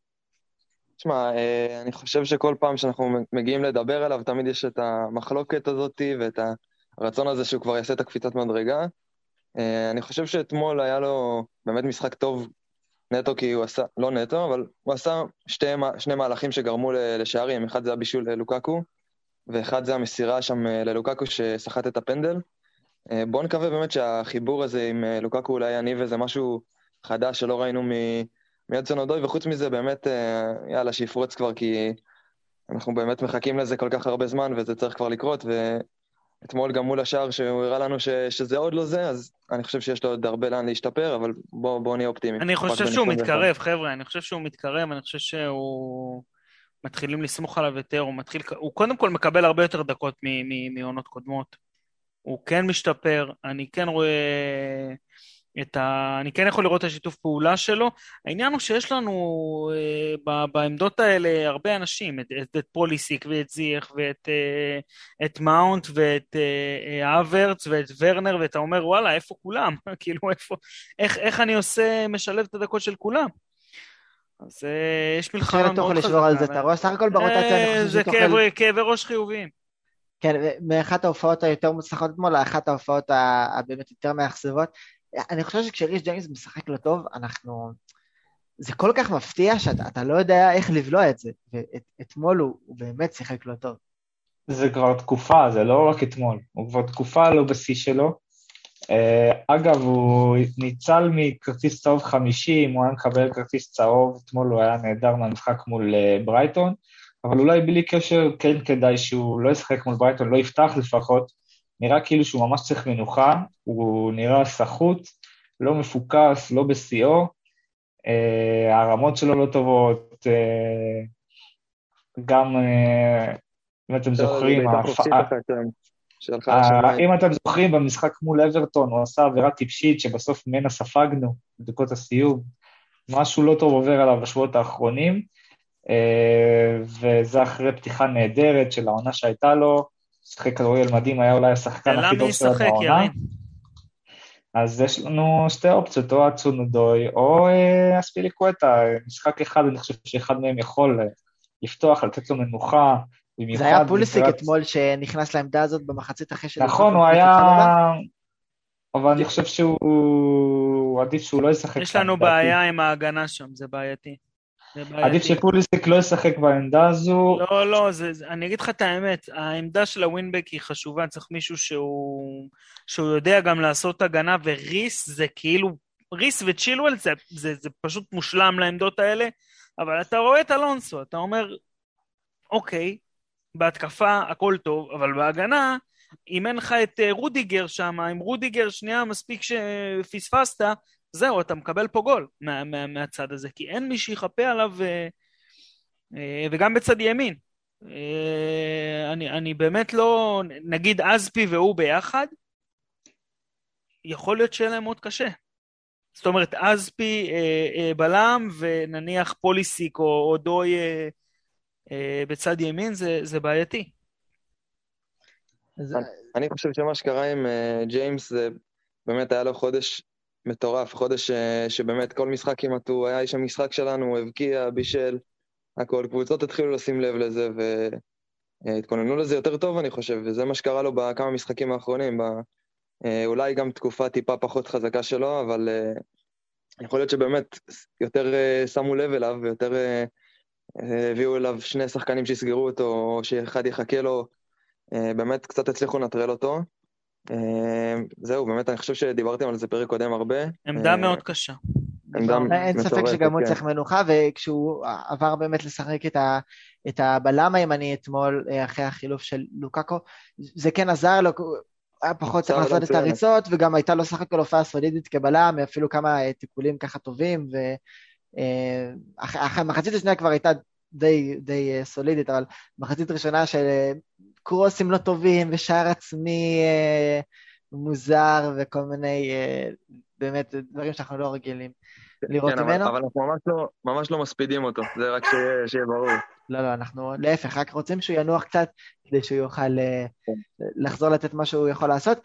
תשמע, אני חושב שכל פעם שאנחנו מגיעים לדבר עליו, תמיד יש את המחלוקת הזאת ואת הרצון הזה שהוא כבר יעשה את הקפיצת מדרגה. אני חושב שאתמול היה לו באמת משחק טוב נטו, כי הוא עשה, לא נטו, אבל הוא עשה שני מהלכים שגרמו לשערים. אחד זה הבישול ללוקקו, ואחד זה המסירה שם ללוקקו ששחט את הפנדל. בואו נקווה באמת שהחיבור הזה עם לוקקו אולי יניב איזה משהו חדש שלא ראינו מיודסון אודוי, וחוץ מזה באמת, יאללה, שיפרוץ כבר, כי אנחנו באמת מחכים לזה כל כך הרבה זמן, וזה צריך כבר לקרות, ואתמול גם מול השאר שהוא הראה לנו שזה עוד לא זה, אז אני חושב שיש לו עוד הרבה לאן להשתפר, אבל בואו נהיה אופטימיים. אני חושב שהוא מתקרב, חבר'ה, אני חושב שהוא מתקרב, אני חושב שהוא מתחילים לסמוך עליו יותר, הוא קודם כל מקבל הרבה יותר דקות מעונות קודמות, הוא כן משתפר, אני כן רואה אני כן יכול לראות את השיתוף פעולה שלו. העניין הוא שיש לנו בעמדות האלה הרבה אנשים, את פוליסיק ואת זיח ואת מאונט ואת אברץ ואת ורנר, ואתה אומר וואלה, איפה כולם? כאילו איך אני משלב את הדקות של כולם? אז יש מלחמה מאוד חזקה. לשבור על זה את הראש, סך הכל ברוטציה זה כאבי ראש חיוביים. כן, מאחת ההופעות היותר מוצלחות אתמול, לאחת ההופעות הבאמת יותר מאכזבות. אני חושב שכשריש ג'יימס משחק לא טוב, זה כל כך מפתיע שאתה לא יודע איך לבלוע את זה, ואתמול הוא באמת שיחק לא טוב. זה כבר תקופה, זה לא רק אתמול, הוא כבר תקופה לא בשיא שלו. אגב, הוא ניצל מכרטיס צהוב 50, הוא היה מקבל כרטיס צהוב, אתמול הוא היה נהדר מהמשחק מול ברייטון, אבל אולי בלי קשר כן כדאי שהוא לא ישחק מול ברייטון, לא יפתח לפחות, נראה כאילו שהוא ממש צריך מנוחה, הוא נראה סחוט, לא מפוקס, לא בשיאו, הרמות שלו לא טובות, גם אם אתם זוכרים, אם אתם זוכרים במשחק מול אברטון, הוא עשה עבירה טיפשית שבסוף ממנה ספגנו בדקות הסיום, משהו לא טוב עובר עליו בשבועות האחרונים, וזה אחרי פתיחה נהדרת של העונה שהייתה לו, שחק כדורגל מדהים, היה אולי השחקן הכי טוב שלו בעונה. אז יש לנו שתי אופציות, או אצונודוי, או אספיליקווטה, משחק אחד, אני חושב שאחד מהם יכול לפתוח, לתת לו מנוחה, זה היה פוליסיק אתמול שנכנס לעמדה הזאת במחצית אחרי של... נכון, הוא היה... אבל אני חושב שהוא עדיף שהוא לא ישחק. יש לנו בעיה עם ההגנה שם, זה בעייתי. עדיף שפוליסיק לא ישחק בעמדה הזו. לא, אני אגיד לך את האמת, העמדה של הווינבק היא חשובה, צריך מישהו שהוא יודע גם לעשות הגנה, וריס זה כאילו, ריס וצ'ילואל זה פשוט מושלם לעמדות האלה, אבל אתה רואה את אלונסו, אתה אומר, אוקיי, בהתקפה הכל טוב, אבל בהגנה, אם אין לך את רודיגר שם, אם רודיגר שנייה מספיק שפספסת, זהו, אתה מקבל פה גול מהצד הזה, כי אין מי שיחפה עליו, וגם בצד ימין. אני באמת לא, נגיד אזפי והוא ביחד, יכול להיות שיהיה להם מאוד קשה. זאת אומרת, אזפי בלם, ונניח פוליסיק או דוי בצד ימין, זה בעייתי. אני חושב שמה שקרה עם ג'יימס, זה באמת היה לו חודש מטורף, חודש שבאמת כל משחק כמעט הוא היה איש המשחק שלנו, הוא הבקיע, בישל, הכל, קבוצות התחילו לשים לב לזה, והתכוננו לזה יותר טוב אני חושב, וזה מה שקרה לו בכמה משחקים האחרונים, אולי גם תקופה טיפה פחות חזקה שלו, אבל יכול להיות שבאמת יותר שמו לב אליו, ויותר הביאו אליו שני שחקנים שיסגרו אותו, או שאחד יחכה לו, באמת קצת הצליחו לנטרל אותו, זהו, באמת אני חושב שדיברתם על זה פרק קודם הרבה. עמדה מאוד קשה. אין ספק שגם הוא צריך מנוחה, וכשהוא עבר באמת לשחק את הבלם הימני אתמול, אחרי החילוף של לוקאקו, זה כן עזר לו, היה פחות צריך לעשות את הריצות, וגם הייתה לו שחק על הופעה סולידית כבלם, אפילו כמה תיקולים ככה טובים, והמחצית השנייה כבר הייתה די סולידית, אבל מחצית ראשונה של קרוסים לא טובים, ושער עצמי מוזר, וכל מיני באמת דברים שאנחנו לא רגילים לראות ממנו. אבל אנחנו ממש לא מספידים אותו, זה רק שיהיה ברור. לא, אנחנו להפך, רק רוצים שהוא ינוח קצת, כדי שהוא יוכל לחזור לתת מה שהוא יכול לעשות,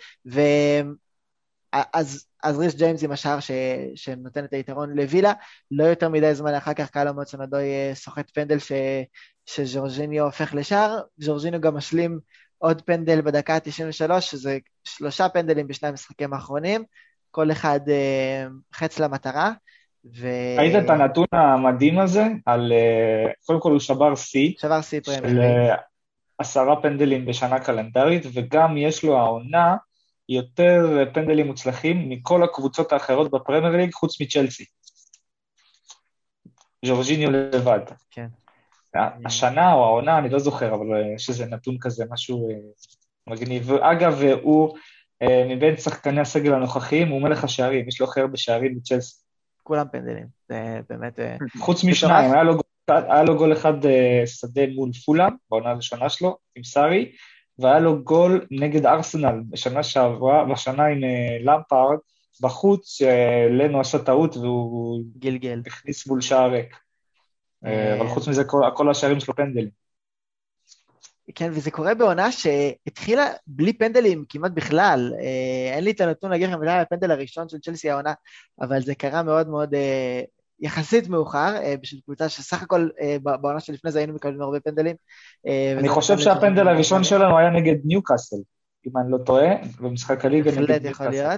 אז ריס ג'יימס עם השער שנותן את היתרון לווילה, לא יותר מדי זמן אחר כך קהל המועצונדוי סוחט פנדל שז'ורג'יניו הופך לשער, ז'ורג'יניו גם משלים עוד פנדל בדקה ה-93, שזה 3 פנדלים בשני המשחקים האחרונים, כל אחד חץ למטרה. ראית את הנתון המדהים הזה, קודם כל הוא שבר שיא, של 10 פנדלים בשנה קלנדרית, וגם יש לו העונה יותר פנדלים מוצלחים מכל הקבוצות האחרות בפרמייר ליג, חוץ מצ'לסי. ז'ורג'יניו לבד. כן. השנה או העונה, אני לא זוכר, אבל יש איזה נתון כזה, משהו מגניב. אגב, הוא מבין שחקני הסגל הנוכחיים, הוא מלך השערים, יש לו אחר בשערים בצ'לסי. כולם פנדלים, זה באמת... חוץ משניים, היה לו גול אחד שדה מול פולאם, בעונה הראשונה שלו, עם סארי, והיה לו גול נגד ארסנל בשנה שעברה, בשנה עם למפארד, בחוץ, שלנו עשה טעות, והוא גלגל. הכניס מול שער ריק. אבל חוץ מזה, כל השערים שלו פנדלים. כן, וזה קורה בעונה שהתחילה בלי פנדלים כמעט בכלל. אין לי את הנתון להגיד לכם, זה היה הפנדל הראשון של צ'לסי העונה, אבל זה קרה מאוד מאוד יחסית מאוחר, בשביל קבוצה שסך הכל בעונה שלפני זה היינו מקבלים הרבה פנדלים. אני חושב שהפנדל הראשון שלנו היה נגד ניוקאסל, אם אני לא טועה, במשחק הליגה נגד ניוקאסל. יכול להיות.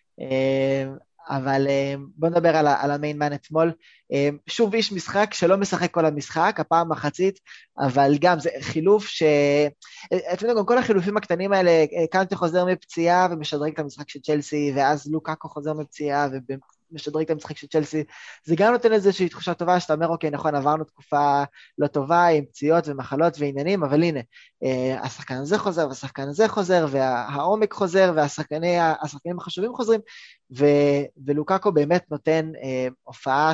אבל בוא נדבר על המיין מן אתמול. שוב איש משחק שלא משחק כל המשחק, הפעם מחצית, אבל גם זה חילוף אתם יודעים, גם כל החילופים הקטנים האלה, קנטה חוזר מפציעה ומשדרג את המשחק של צ'לסי, ואז לוקאקו חוזר מפציעה ומשדרג את המשחק של צ'לסי, זה גם נותן איזושהי תחושה טובה, שאתה אומר, אוקיי, נכון, עברנו תקופה לא טובה, עם פציעות ומחלות ועניינים, אבל הנה, השחקן הזה חוזר, והשחקן הזה חוזר, והעומק חוזר, והשחקנים החשובים חוזרים, ולוקאקו באמת נותן הופעה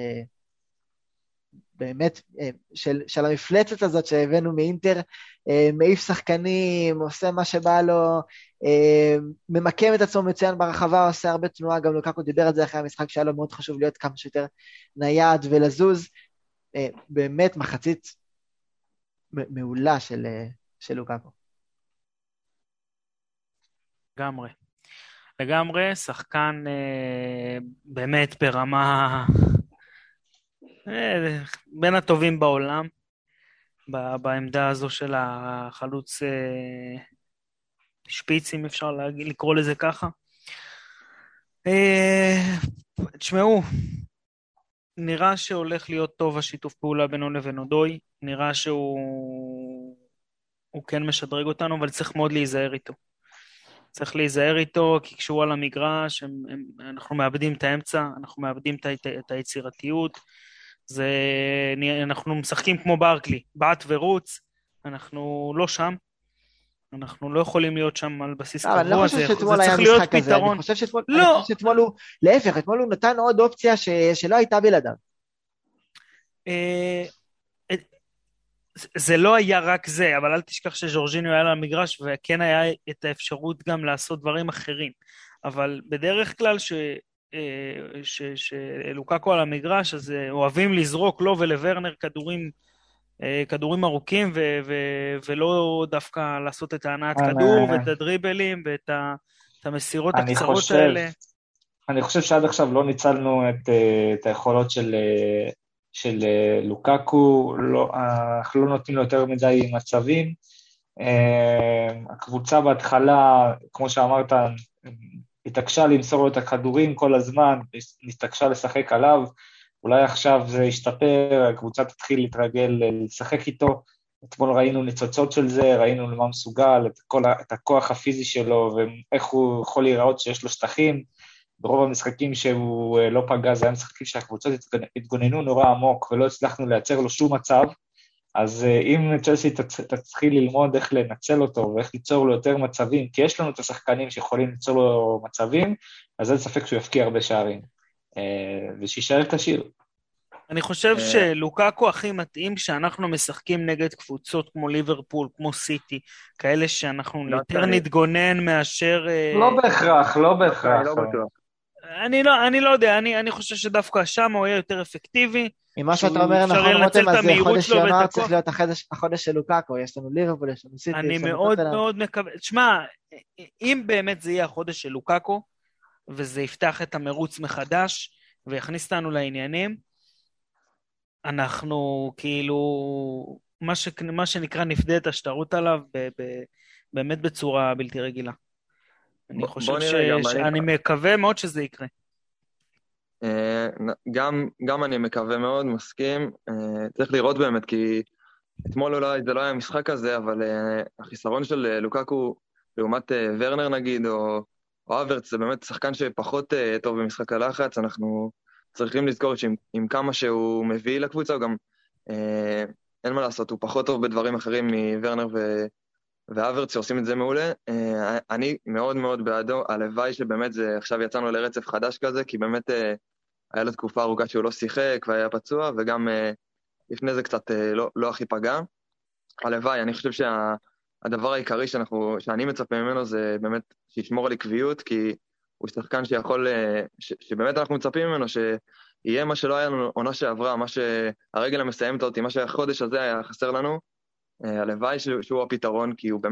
באמת של המפלצת הזאת שהבאנו מאינטר, מעיף שחקנים, עושה מה שבא לו, ממקם את עצמו מצוין ברחבה, עושה הרבה תנועה, גם לוקאקו דיבר על זה אחרי המשחק, שהיה לו מאוד חשוב להיות כמה שיותר נייד ולזוז, באמת מחצית מעולה של לוקאקו. לגמרי, שחקן באמת ברמה בין הטובים בעולם, בעמדה הזו של החלוץ שפיץ, אם אפשר לקרוא לזה ככה. תשמעו, נראה שהולך להיות טוב השיתוף פעולה בינו לבין אודוי, נראה שהוא כן משדרג אותנו, אבל צריך מאוד להיזהר איתו. צריך להיזהר איתו, כי כשהוא על המגרש, אנחנו מאבדים את האמצע, אנחנו מאבדים את היצירתיות, אנחנו משחקים כמו ברקלי, בעט ורוץ, אנחנו לא שם, אנחנו לא יכולים להיות שם על בסיס קבוע, אני לא חושב שאתמול היה משחק כזה, אני חושב שאתמול הוא, להפך, אתמול הוא נתן עוד אופציה שלא הייתה בלעדיו. זה לא היה רק זה, אבל אל תשכח שז'ורג'יניו היה על המגרש, וכן היה את האפשרות גם לעשות דברים אחרים, אבל בדרך כלל שלוקאקו על המגרש, אז אוהבים לזרוק לו ולוורנר כדורים ארוכים, ולא דווקא לעשות את הענת כדור, ואת הדריבלים, ואת המסירות הקצרות האלה. אני חושב שעד עכשיו לא ניצלנו את היכולות של לוקאקו, אנחנו לא נותנים לו יותר מדי מצבים. הקבוצה בהתחלה, כמו שאמרת, התעקשה למסור לו את הכדורים כל הזמן, נתעקשה לשחק עליו, אולי עכשיו זה ישתפר, הקבוצה תתחיל להתרגל לשחק איתו, אתמול ראינו ניצוצות של זה, ראינו למה מסוגל, את הכוח הפיזי שלו, ואיך הוא יכול להיראות שיש לו שטחים, ברוב המשחקים שהוא לא פגע, זה היה משחקים שהקבוצות התגוננו נורא עמוק, ולא הצלחנו לייצר לו שום מצב, אז אם צ'לסי תתחיל ללמוד איך לנצל אותו, ואיך ליצור לו יותר מצבים, כי יש לנו את השחקנים שיכולים ליצור לו מצבים, אז אין ספק שהוא יפקיע הרבה שערים, ושישאר כשיר. אני חושב שלוקאקו הכי מתאים שאנחנו משחקים נגד קבוצות כמו ליברפול, כמו סיטי, כאלה שאנחנו יותר נתגונן מאשר... לא בהכרח. אני לא יודע, אני חושב שדווקא שם הוא יהיה יותר אפקטיבי. אם מה שאתה אומר נכון רותם, אז חודש ינואר צריך להיות החודש של לוקאקו, יש לנו ליברפול, יש לנו סיטי. אני מאוד מאוד מקווה, תשמע, אם באמת זה יהיה החודש של לוקאקו, וזה יפתח את המרוץ מחדש, ויכניס אותנו לעניינים, אנחנו כאילו, מה שנקרא נפדה את השטרות עליו, באמת בצורה בלתי רגילה. אני חושב שאני מקווה מאוד שזה יקרה. גם אני מקווה מאוד, מסכים. צריך לראות באמת, כי אתמול אולי זה לא היה משחק הזה, אבל החיסרון של לוקאקו, לעומת ורנר נגיד, או אברץ, זה באמת שחקן שפחות טוב במשחק הלחץ. אנחנו צריכים לזכור שעם כמה שהוא מביא לקבוצה, הוא גם, אין מה לעשות, הוא פחות טוב בדברים אחרים מוורנר ואברץ שעושים את זה מעולה. אני מאוד מאוד בעדו, הלוואי שבאמת זה, עכשיו יצאנו לרצף חדש כזה, כי באמת היה לו תקופה ארוכה שהוא לא שיחק והיה פצוע, וגם לפני זה קצת לא הכי פגע. הלוואי, אני חושב שהדבר העיקרי שאני מצפה ממנו זה באמת שישמור על עקביות, כי הוא שחקן שיכול, שבאמת אנחנו מצפים ממנו, שיהיה מה שלא היה לנו עונה שעברה, מה שהרגל המסיימת אותי, מה שהחודש הזה היה חסר לנו, הלוואי שהוא הפתרון, כי הוא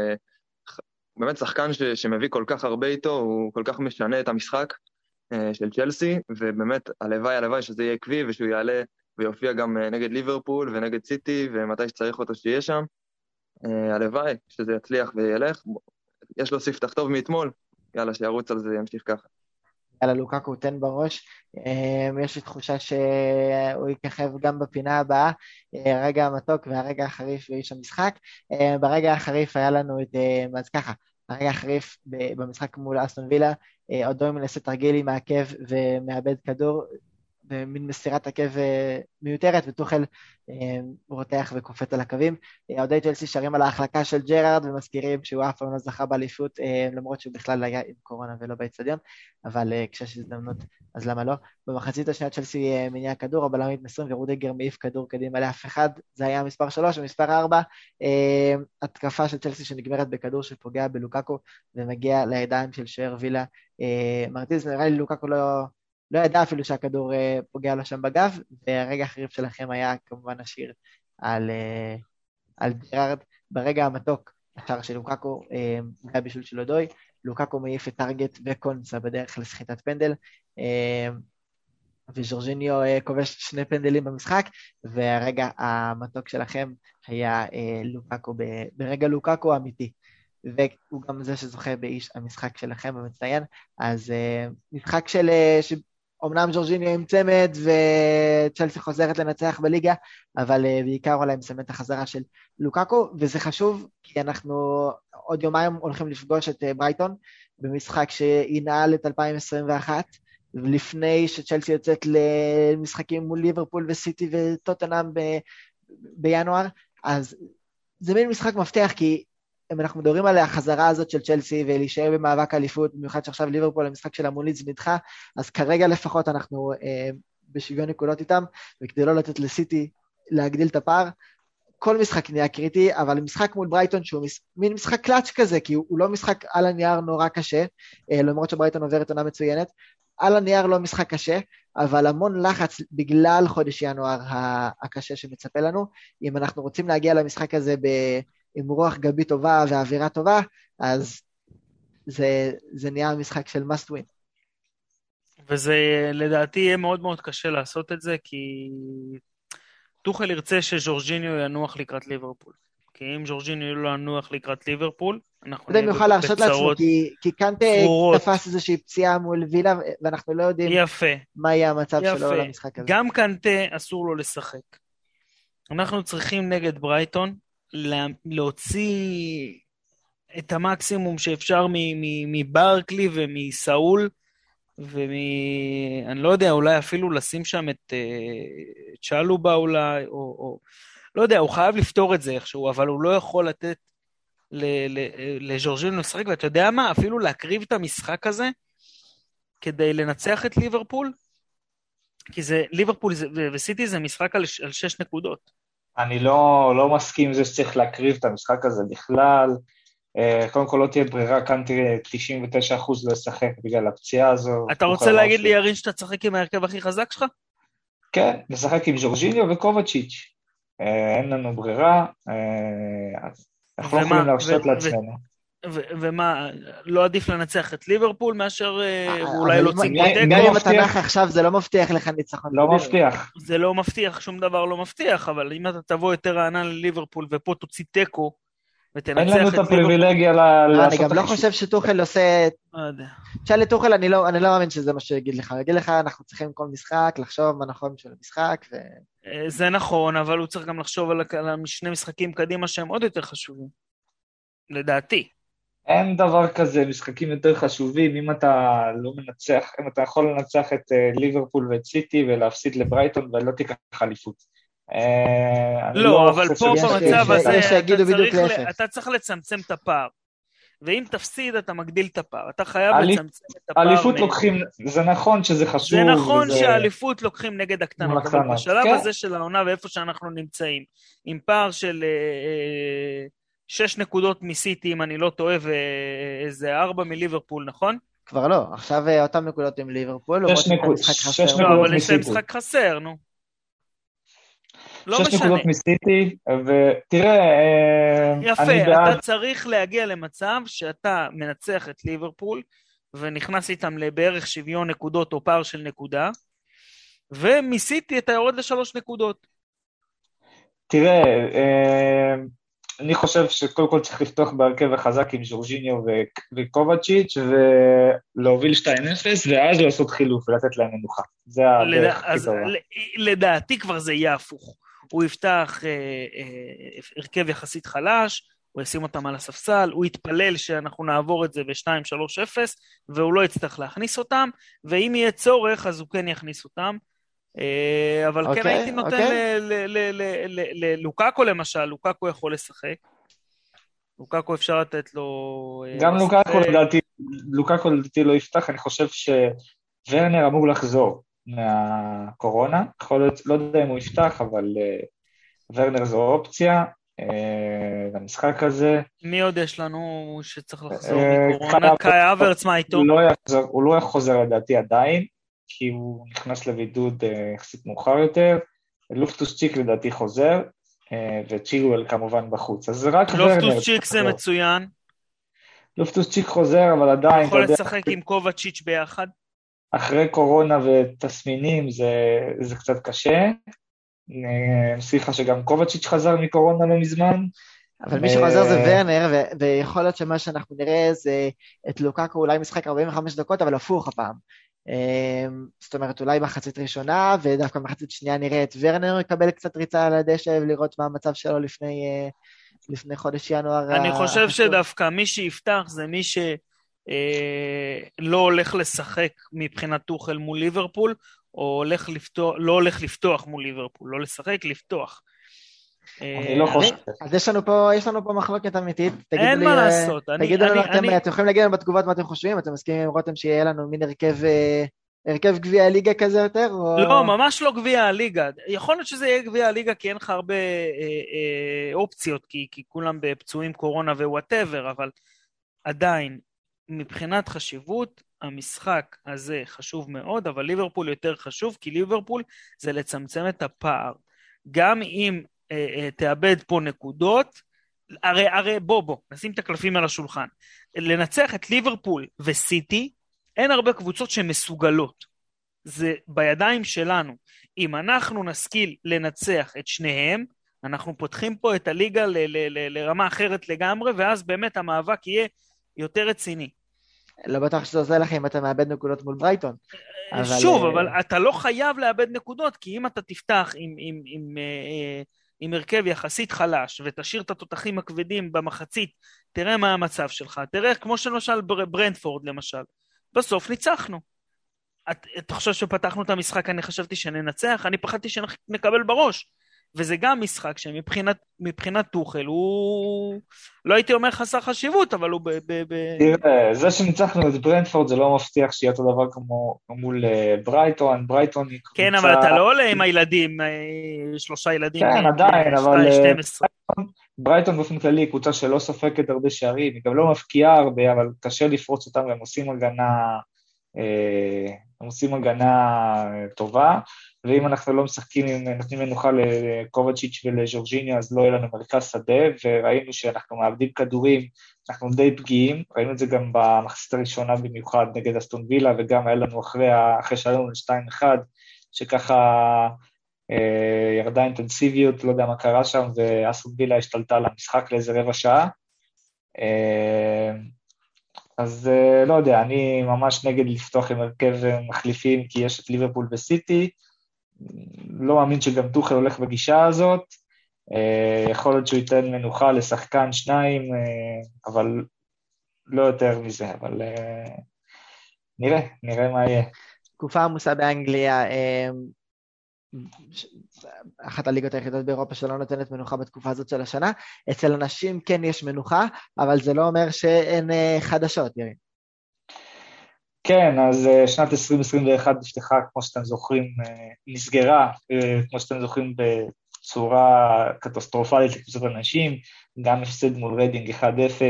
באמת שחקן שמביא כל כך הרבה איתו, הוא כל כך משנה את המשחק של צ'לסי, ובאמת הלוואי שזה יהיה עקבי, ושהוא יעלה ויופיע גם נגד ליברפול ונגד סיטי, ומתי שצריך אותו שיהיה שם. הלוואי שזה יצליח וילך. יש לו ספתח טוב מאתמול, יאללה, שירוץ על זה, ימשיך ככה. יאללה, לוקאקו תן בראש. יש לי תחושה שהוא יככב גם בפינה הבאה, הרגע המתוק והרגע החריף באיש המשחק. ברגע החריף היה לנו אז ככה, הרגע החריף במשחק מול אסטון וילה, אודוי מנסה תרגיל עם העקב ומאבד כדור, במין מסירת עקב מיותרת, וטוחל רותח וקופט על הקווים. אוהדי צ'לסי שרים על ההחלקה של ג'רארד, ומזכירים שהוא אף פעם לא זכה באליפות, למרות שהוא בכלל היה עם קורונה ולא באצטדיון, אבל כשיש הזדמנות, אז למה לא? במחצית השנייה צ'לסי מניעה כדור, הבלמים התמסרים, ורודיגר מעיף כדור קדימה לאף אחד, זה היה מספר 3, ומספר 4, התקפה של צ'לסי שנגמרת בכדור שפוגע בלוקאקו, ומגיע לידיים של שוער וילה. מרטיז, נראה לי לוקאקו לא ידע אפילו שהכדור פוגע לו שם בגב, והרגע החריף שלכם היה כמובן השיר על ג'רארד. ברגע המתוק, השער של לוקאקו, היה בישול של אודוי, לוקאקו מעיף את טרגט וקונסה בדרך לסחיטת פנדל, וז'ורג'יניו כובש 2 פנדלים במשחק, והרגע המתוק שלכם היה לוקאקו, ברגע לוקאקו אמיתי. והוא גם זה שזוכה באיש המשחק שלכם במצטיין. אז משחק אומנם ג'ורג'יניו עם צמד, וצ'לסי חוזרת לנצח בליגה, אבל בעיקר אולי מסמן את החזרה של לוקאקו, וזה חשוב, כי אנחנו עוד יומיים הולכים לפגוש את ברייטון, במשחק שינעל את 2021, לפני שצ'לסי יוצאת למשחקים מול ליברפול וסיטי וטוטנהאם בינואר. אז זה מין משחק מפתח, כי אם אנחנו מדברים על החזרה הזאת של צ'לסי ולהישאר במאבק האליפות, במיוחד שעכשיו ליברפול המשחק של המול לידס נדחה, אז כרגע לפחות אנחנו בשוויון נקודות איתם, וכדי לא לתת לסיטי להגדיל את הפער, כל משחק נהיה קריטי, אבל משחק מול ברייטון שהוא מין משחק קלאץ' כזה, כי הוא לא משחק על הנייר נורא קשה, למרות שברייטון עוברת עונה מצוינת, על הנייר לא משחק קשה, אבל המון לחץ בגלל חודש ינואר הקשה שמצפה לנו. אם אנחנו רוצים להגיע למשחק הזה עם רוח גבי טובה ואווירה טובה, אז זה נהיה משחק של must win. וזה לדעתי יהיה מאוד מאוד קשה לעשות את זה, כי טוחל ירצה שז'ורג'יניו ינוח לקראת ליברפול. כי אם ז'ורג'יניו לא ינוח לקראת ליברפול, אנחנו נהיה יוכל להרשות לעצמו, כי קנטה תפס איזושהי פציעה מול וילה, ואנחנו לא יודעים מה יהיה המצב שלו למשחק הזה. גם קנטה אסור לו לשחק. אנחנו צריכים נגד ברייטון, להוציא את המקסימום שאפשר מברקלי ומסאול, אני לא יודע, אולי אפילו לשים שם את צ'לובה אולי, או לא יודע, הוא חייב לפתור את זה איכשהו, אבל הוא לא יכול לתת לז'ורג'יניו לשחק, ואתה יודע מה, אפילו להקריב את המשחק הזה, כדי לנצח את ליברפול, כי זה, ליברפול וסיטי זה משחק על 6 נקודות. אני לא מסכים עם זה שצריך להקריב את המשחק הזה בכלל. קודם כל לא תהיה ברירה, כאן תראה 99% לא לשחק בגלל הפציעה הזו. אתה רוצה להגיד לי, ירין, שאתה צחק עם ההרכב הכי חזק שלך? כן, נשחק עם ז'ורג'יניו וקובצ'יץ'. אין לנו ברירה, אנחנו לא יכולים להרשות לעצמנו. ומה, לא עדיף לנצח את ליברפול מאשר אולי להוציא פרוטקו? גם אם אתה נח עכשיו זה לא מבטיח לך ניצחון. לא מבטיח. זה לא מבטיח, שום דבר לא מבטיח, אבל אם אתה תבוא יותר רענן לליברפול ופה תוציא תיקו ותנצח את ליברפול. אין לנו את הפריבילגיה לעשות... אני גם לא חושב שטוחל עושה... תשאל לטוחל, אני לא מאמין שזה מה שיגיד לך. יגיד לך, אנחנו צריכים כל משחק, לחשוב מה נכון של המשחק. זה נכון, אבל הוא צריך גם לחשוב על שני משחקים קדימה שהם עוד יותר חשובים. לדעתי. אין דבר כזה, משחקים יותר חשובים, אם אתה לא מנצח, אם אתה יכול לנצח את ליברפול ואת סיטי ולהפסיד לברייטון ולא תיקח אליפות. לא, אבל פה במצב הזה אתה צריך לצמצם את הפער. ואם תפסיד אתה מגדיל את הפער, אתה חייב לצמצם את הפער. אליפות לוקחים, זה נכון שזה חשוב. זה נכון שהאליפות לוקחים נגד הקטנות, אבל בשלב הזה של העונה ואיפה שאנחנו נמצאים, עם פער של 6 נקודות מסיטי, אם אני לא טועה, ואיזה 4 מליברפול, נכון? כבר לא, עכשיו אותם נקודות עם ליברפול, 6 נקודות מסיטי. לא, אבל יש להם משחק חסר, נו. 6 נקודות מסיטי, ותראה, יפה, אתה צריך להגיע למצב שאתה מנצח את ליברפול, ונכנס איתם לבערך שוויון נקודות או פער של נקודה, ומסיטי אתה יורד ל3 נקודות. תראה, אני חושב שקודם כל צריך לפתוח בהרכב החזק עם ז'ורג'יניו וקובצ'יץ' ולהוביל 2-0, ואז לעשות חילוף ולתת להם מנוחה. זה הדרך הכי טובה. לדעתי כבר זה יהיה הפוך. הוא יפתח הרכב יחסית חלש, הוא ישים אותם על הספסל, הוא יתפלל שאנחנו נעבור את זה ב-2-3-0, והוא לא יצטרך להכניס אותם, ואם יהיה צורך אז הוא כן יכניס אותם. אבל כן הייתי נותן ללוקאקו למשל, לוקאקו יכול לשחק, לוקאקו אפשר לתת לו... גם לוקאקו לדעתי לא יפתח, אני חושב שוורנר אמור לחזור מהקורונה, לא יודע אם הוא יפתח, אבל ורנר זו אופציה למשחק הזה. מי עוד יש לנו שצריך לחזור מקורונה? קאי אברץ, מה איתו? הוא לא יחוזר לדעתי עדיין, כי הוא נכנס לבידוד יחסית מאוחר יותר, לופטוס צ'יק לדעתי חוזר, וצ'ילואל כמובן בחוץ, אז רק ורנר... לופטוס צ'יק זה מצוין. לופטוס צ'יק חוזר, אבל עדיין... יכול לשחק עם קובצ'יץ' ביחד? אחרי קורונה ותסמינים זה קצת קשה, סליחה שגם קובצ'יץ' חזר מקורונה לא מזמן. אבל מי שחוזר זה ורנר, ויכול להיות שמה שאנחנו נראה זה את לוקאקו אולי משחק 45 דקות, אבל הפוך הפעם. זאת אומרת, אולי מחצית ראשונה, ודווקא מחצית שנייה נראה את ורנר יקבל קצת ריצה על הדשא, ולראות מה המצב שלו לפני חודש ינואר. אני חושב שדווקא מי שיפתח זה מי שלא הולך לשחק מבחינת טוחל מול ליברפול, או לא הולך לפתוח מול ליברפול, לא לשחק, לפתוח. אני לא חושב. אז יש לנו פה מחלוקת אמיתית. אין מה לעשות. תגידו לנו, אתם יכולים להגיד לנו בתגובות מה אתם חושבים, אתם מסכימים עם רותם שיהיה לנו מין הרכב גביע הליגה כזה יותר? לא, ממש לא גביע הליגה. יכול להיות שזה יהיה גביע הליגה, כי אין לך הרבה אופציות, כי כולם בפצועים קורונה ווואטאבר, אבל עדיין, מבחינת חשיבות, המשחק הזה חשוב מאוד, אבל ליברפול יותר חשוב, כי ליברפול זה לצמצם את הפער. גם אם תאבד פה נקודות, הרי בוא, נשים את הקלפים על השולחן. לנצח את ליברפול וסיטי, אין הרבה קבוצות שמסוגלות. זה בידיים שלנו. אם אנחנו נשכיל לנצח את שניהם, אנחנו פותחים פה את הליגה לרמה אחרת לגמרי, ואז באמת המאבק יהיה יותר רציני. לא בטח שזה עושה לך אם אתה מאבד נקודות מול ברייטון. שוב, אבל אתה לא חייב לאבד נקודות, כי אם אתה תפתח עם הרכב יחסית חלש, ותשאיר את התותחים הכבדים במחצית, תראה מה המצב שלך, תראה כמו שלמשל ברנדפורד למשל, בסוף ניצחנו. אתה חושב שפתחנו את המשחק, אני חשבתי שננצח, אני פחדתי שנקבל בראש, וזה גם משחק שמבחינת טוחל, הוא לא הייתי אומר חסר חשיבות, אבל הוא תראה, זה שניצחנו את ברנדפורד זה לא מבטיח שיהיה אותו דבר כמו מול ברייטון היא קבוצה... כן, אבל אתה לא עולה עם הילדים, 3 ילדים. כן, עדיין, אבל ברייטון באופן כללי, קבוצה שלא סופקת הרבה שערים, היא גם לא מפקיעה הרבה, אבל קשה לפרוץ אותם, והם עושים הגנה טובה, ואם אנחנו לא משחקים, נותנים מנוחה לקובצ'יץ' ולז'ורג'יניו, אז לא יהיה לנו מרכז שדה, וראינו שאנחנו מאבדים כדורים, אנחנו די פגיעים, ראינו את זה גם במחצית הראשונה במיוחד נגד אסטון וילה, וגם היה לנו אחרי שעלינו ל-2-1, שככה ירדה אינטנסיביות, לא יודע מה קרה שם, ואסטון וילה השתלטה על המשחק לאיזה רבע שעה, אז לא יודע, אני ממש נגד לפתוח עם הרכב מחליפים, כי יש את ליברפול וסיטי, לא מאמין שגם טוחל הולך בגישה הזאת, יכול להיות שהוא ייתן מנוחה לשחקן 2, אבל לא יותר מזה, אבל נראה מה יהיה. תקופה עמוסה באנגליה, אחת הליגות היחידות באירופה שלא נותנת מנוחה בתקופה הזאת של השנה, אצל אנשים כן יש מנוחה, אבל זה לא אומר שאין חדשות, ירין. כן, אז שנת 2021 נפתחה, כמו שאתם זוכרים, נסגרה, כמו שאתם זוכרים, בצורה קטסטרופלית לקבוצות אנשים, גם הפסד מול רדינג 1-0,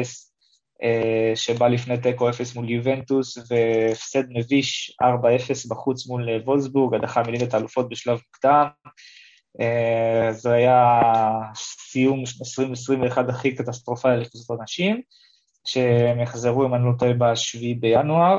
שבא לפני טקו 0 מול יובנטוס, והפסד מביש 4-0 בחוץ מול וולסבורג, הדחה מליגת האלופות בשלב מוקדם. זה היה סיום 2021 הכי קטסטרופלי לקבוצות אנשים, שהם יחזרו, אם אני לא טועה, ב7 בינואר.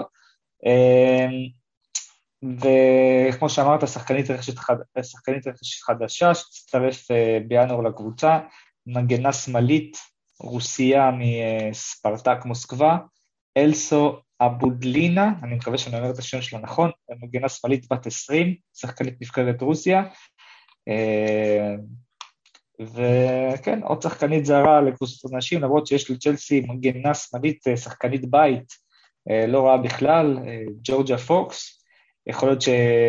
וכמו שאמרת, שחקנית רכש חדשה, שתצטרף בינואר לקבוצה, מגנה שמאלית, רוסיה מספרטק מוסקבה, אלסו אבודלינה, אני מקווה שאני אומר את השם שלה נכון, מגנה שמאלית בת 20, שחקנית נבחרת רוסיה, וכן, עוד שחקנית זרה לקבוצות אנשים, למרות שיש לצ'לסי מגנה שמאלית, שחקנית בית, לא רעה בכלל, ג'ורג'ה פוקס, יכול להיות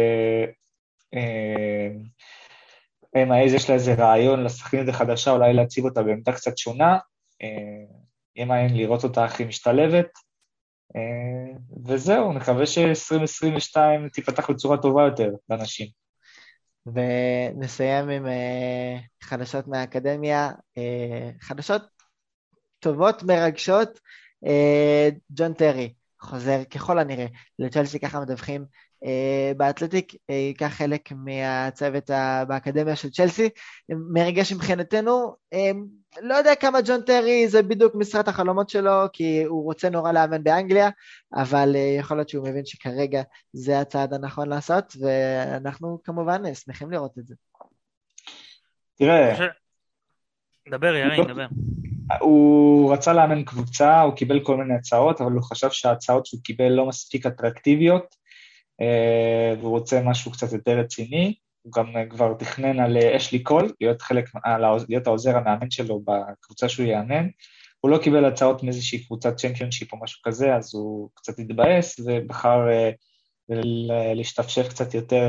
MIS יש לה איזה רעיון לשחקנית החדשה, אולי להציב אותה בעמדה קצת שונה, MIN לראות אותה הכי משתלבת, וזהו, מקווה ש-2022 תיפתח בצורה טובה יותר לאנשים. ונסיים עם חדשות מהאקדמיה, חדשות טובות, מרגשות, ג'ון טרי חוזר ככל הנראה לצ'לסי, ככה מדווחים באתלטיק, ייקח חלק מהצוות באקדמיה של צ'לסי, מרגש מבחינתנו, לא יודע כמה ג'ון טרי זה בדיוק משרת החלומות שלו, כי הוא רוצה נורא לאמן באנגליה, אבל יכול להיות שהוא מבין שכרגע זה הצעד הנכון לעשות, ואנחנו כמובן שמחים לראות את זה. תראה, דבר ירין, דבר. הוא רצה לאמן קבוצה, הוא קיבל כל מיני הצעות, אבל הוא חשב שההצעות שהוא קיבל לא מספיק אטרקטיביות, והוא רוצה משהו קצת יותר רציני, הוא גם כבר תכנן על אשלי קול, להיות העוזר המאמן שלו בקבוצה שהוא יאמן, הוא לא קיבל הצעות מאיזושהי קבוצת צ'מפיונשיפ או משהו כזה, אז הוא קצת התבאס, ובחר להשתפשף קצת יותר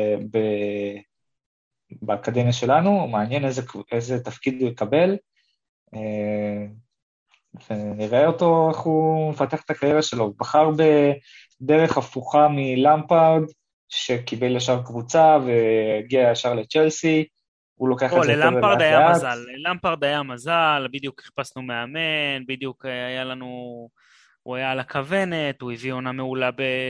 באקדמיה שלנו, מעניין איזה תפקיד הוא יקבל, ונראה אותו איך הוא מפתח את הקריירה שלו. הוא בחר בדרך הפוכה מלמפרד, שקיבל ישר קבוצה והגיע ישר לצ'לסי, הוא לוקח את זה יותר ללמפרד היה מזל, ללמפרד היה מזל, בדיוק חיפשנו מאמן, בדיוק היה לנו, הוא היה על הכוונת, הוא הביא עונה מעולה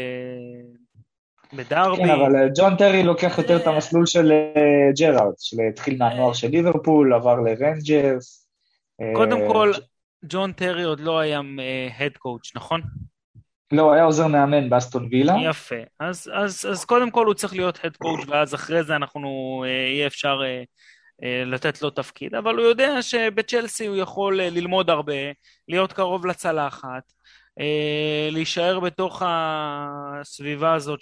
בדרבי. כן, אבל ג'ון טרי לוקח יותר את המסלול של ג'רארד, שהתחיל מהנוער של ליברפול, עבר לרנג'רס. קודם כל, ג'ון טרי עוד לא היה הד קואוץ', נכון? לא, היה עוזר מאמן באסטון וילה. יפה, אז קודם כל הוא צריך להיות הד קואוץ', ואז אחרי זה יהיה אפשר לתת לו תפקיד, אבל הוא יודע שבצ'לסי הוא יכול ללמוד הרבה, להיות קרוב לצלחת, להישאר בתוך הסביבה הזאת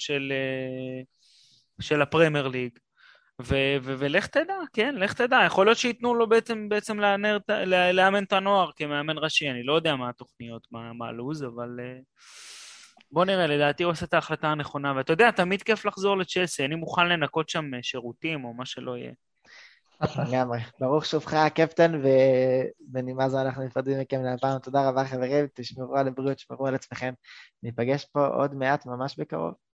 של הפרמייר ליג, ולך תדע, כן, לך תדע, יכול להיות שיתנו לו בעצם לאמן את הנוער כמאמן ראשי, אני לא יודע מה התוכניות, מה הלוז, אבל בוא נראה, לדעתי הוא עושה את ההחלטה הנכונה, ואתה יודע, תמיד כיף לחזור לצ'לסי, אני מוכן לנקות שם שירותים או מה שלא יהיה. לגמרי, ברוך שובך הקפטן, ובנימה זו אנחנו נפרדים מכם להפעם, תודה רבה חברים, תשמרו על הבריאות, תשמרו על עצמכם, ניפגש פה עוד מעט ממש בקרוב.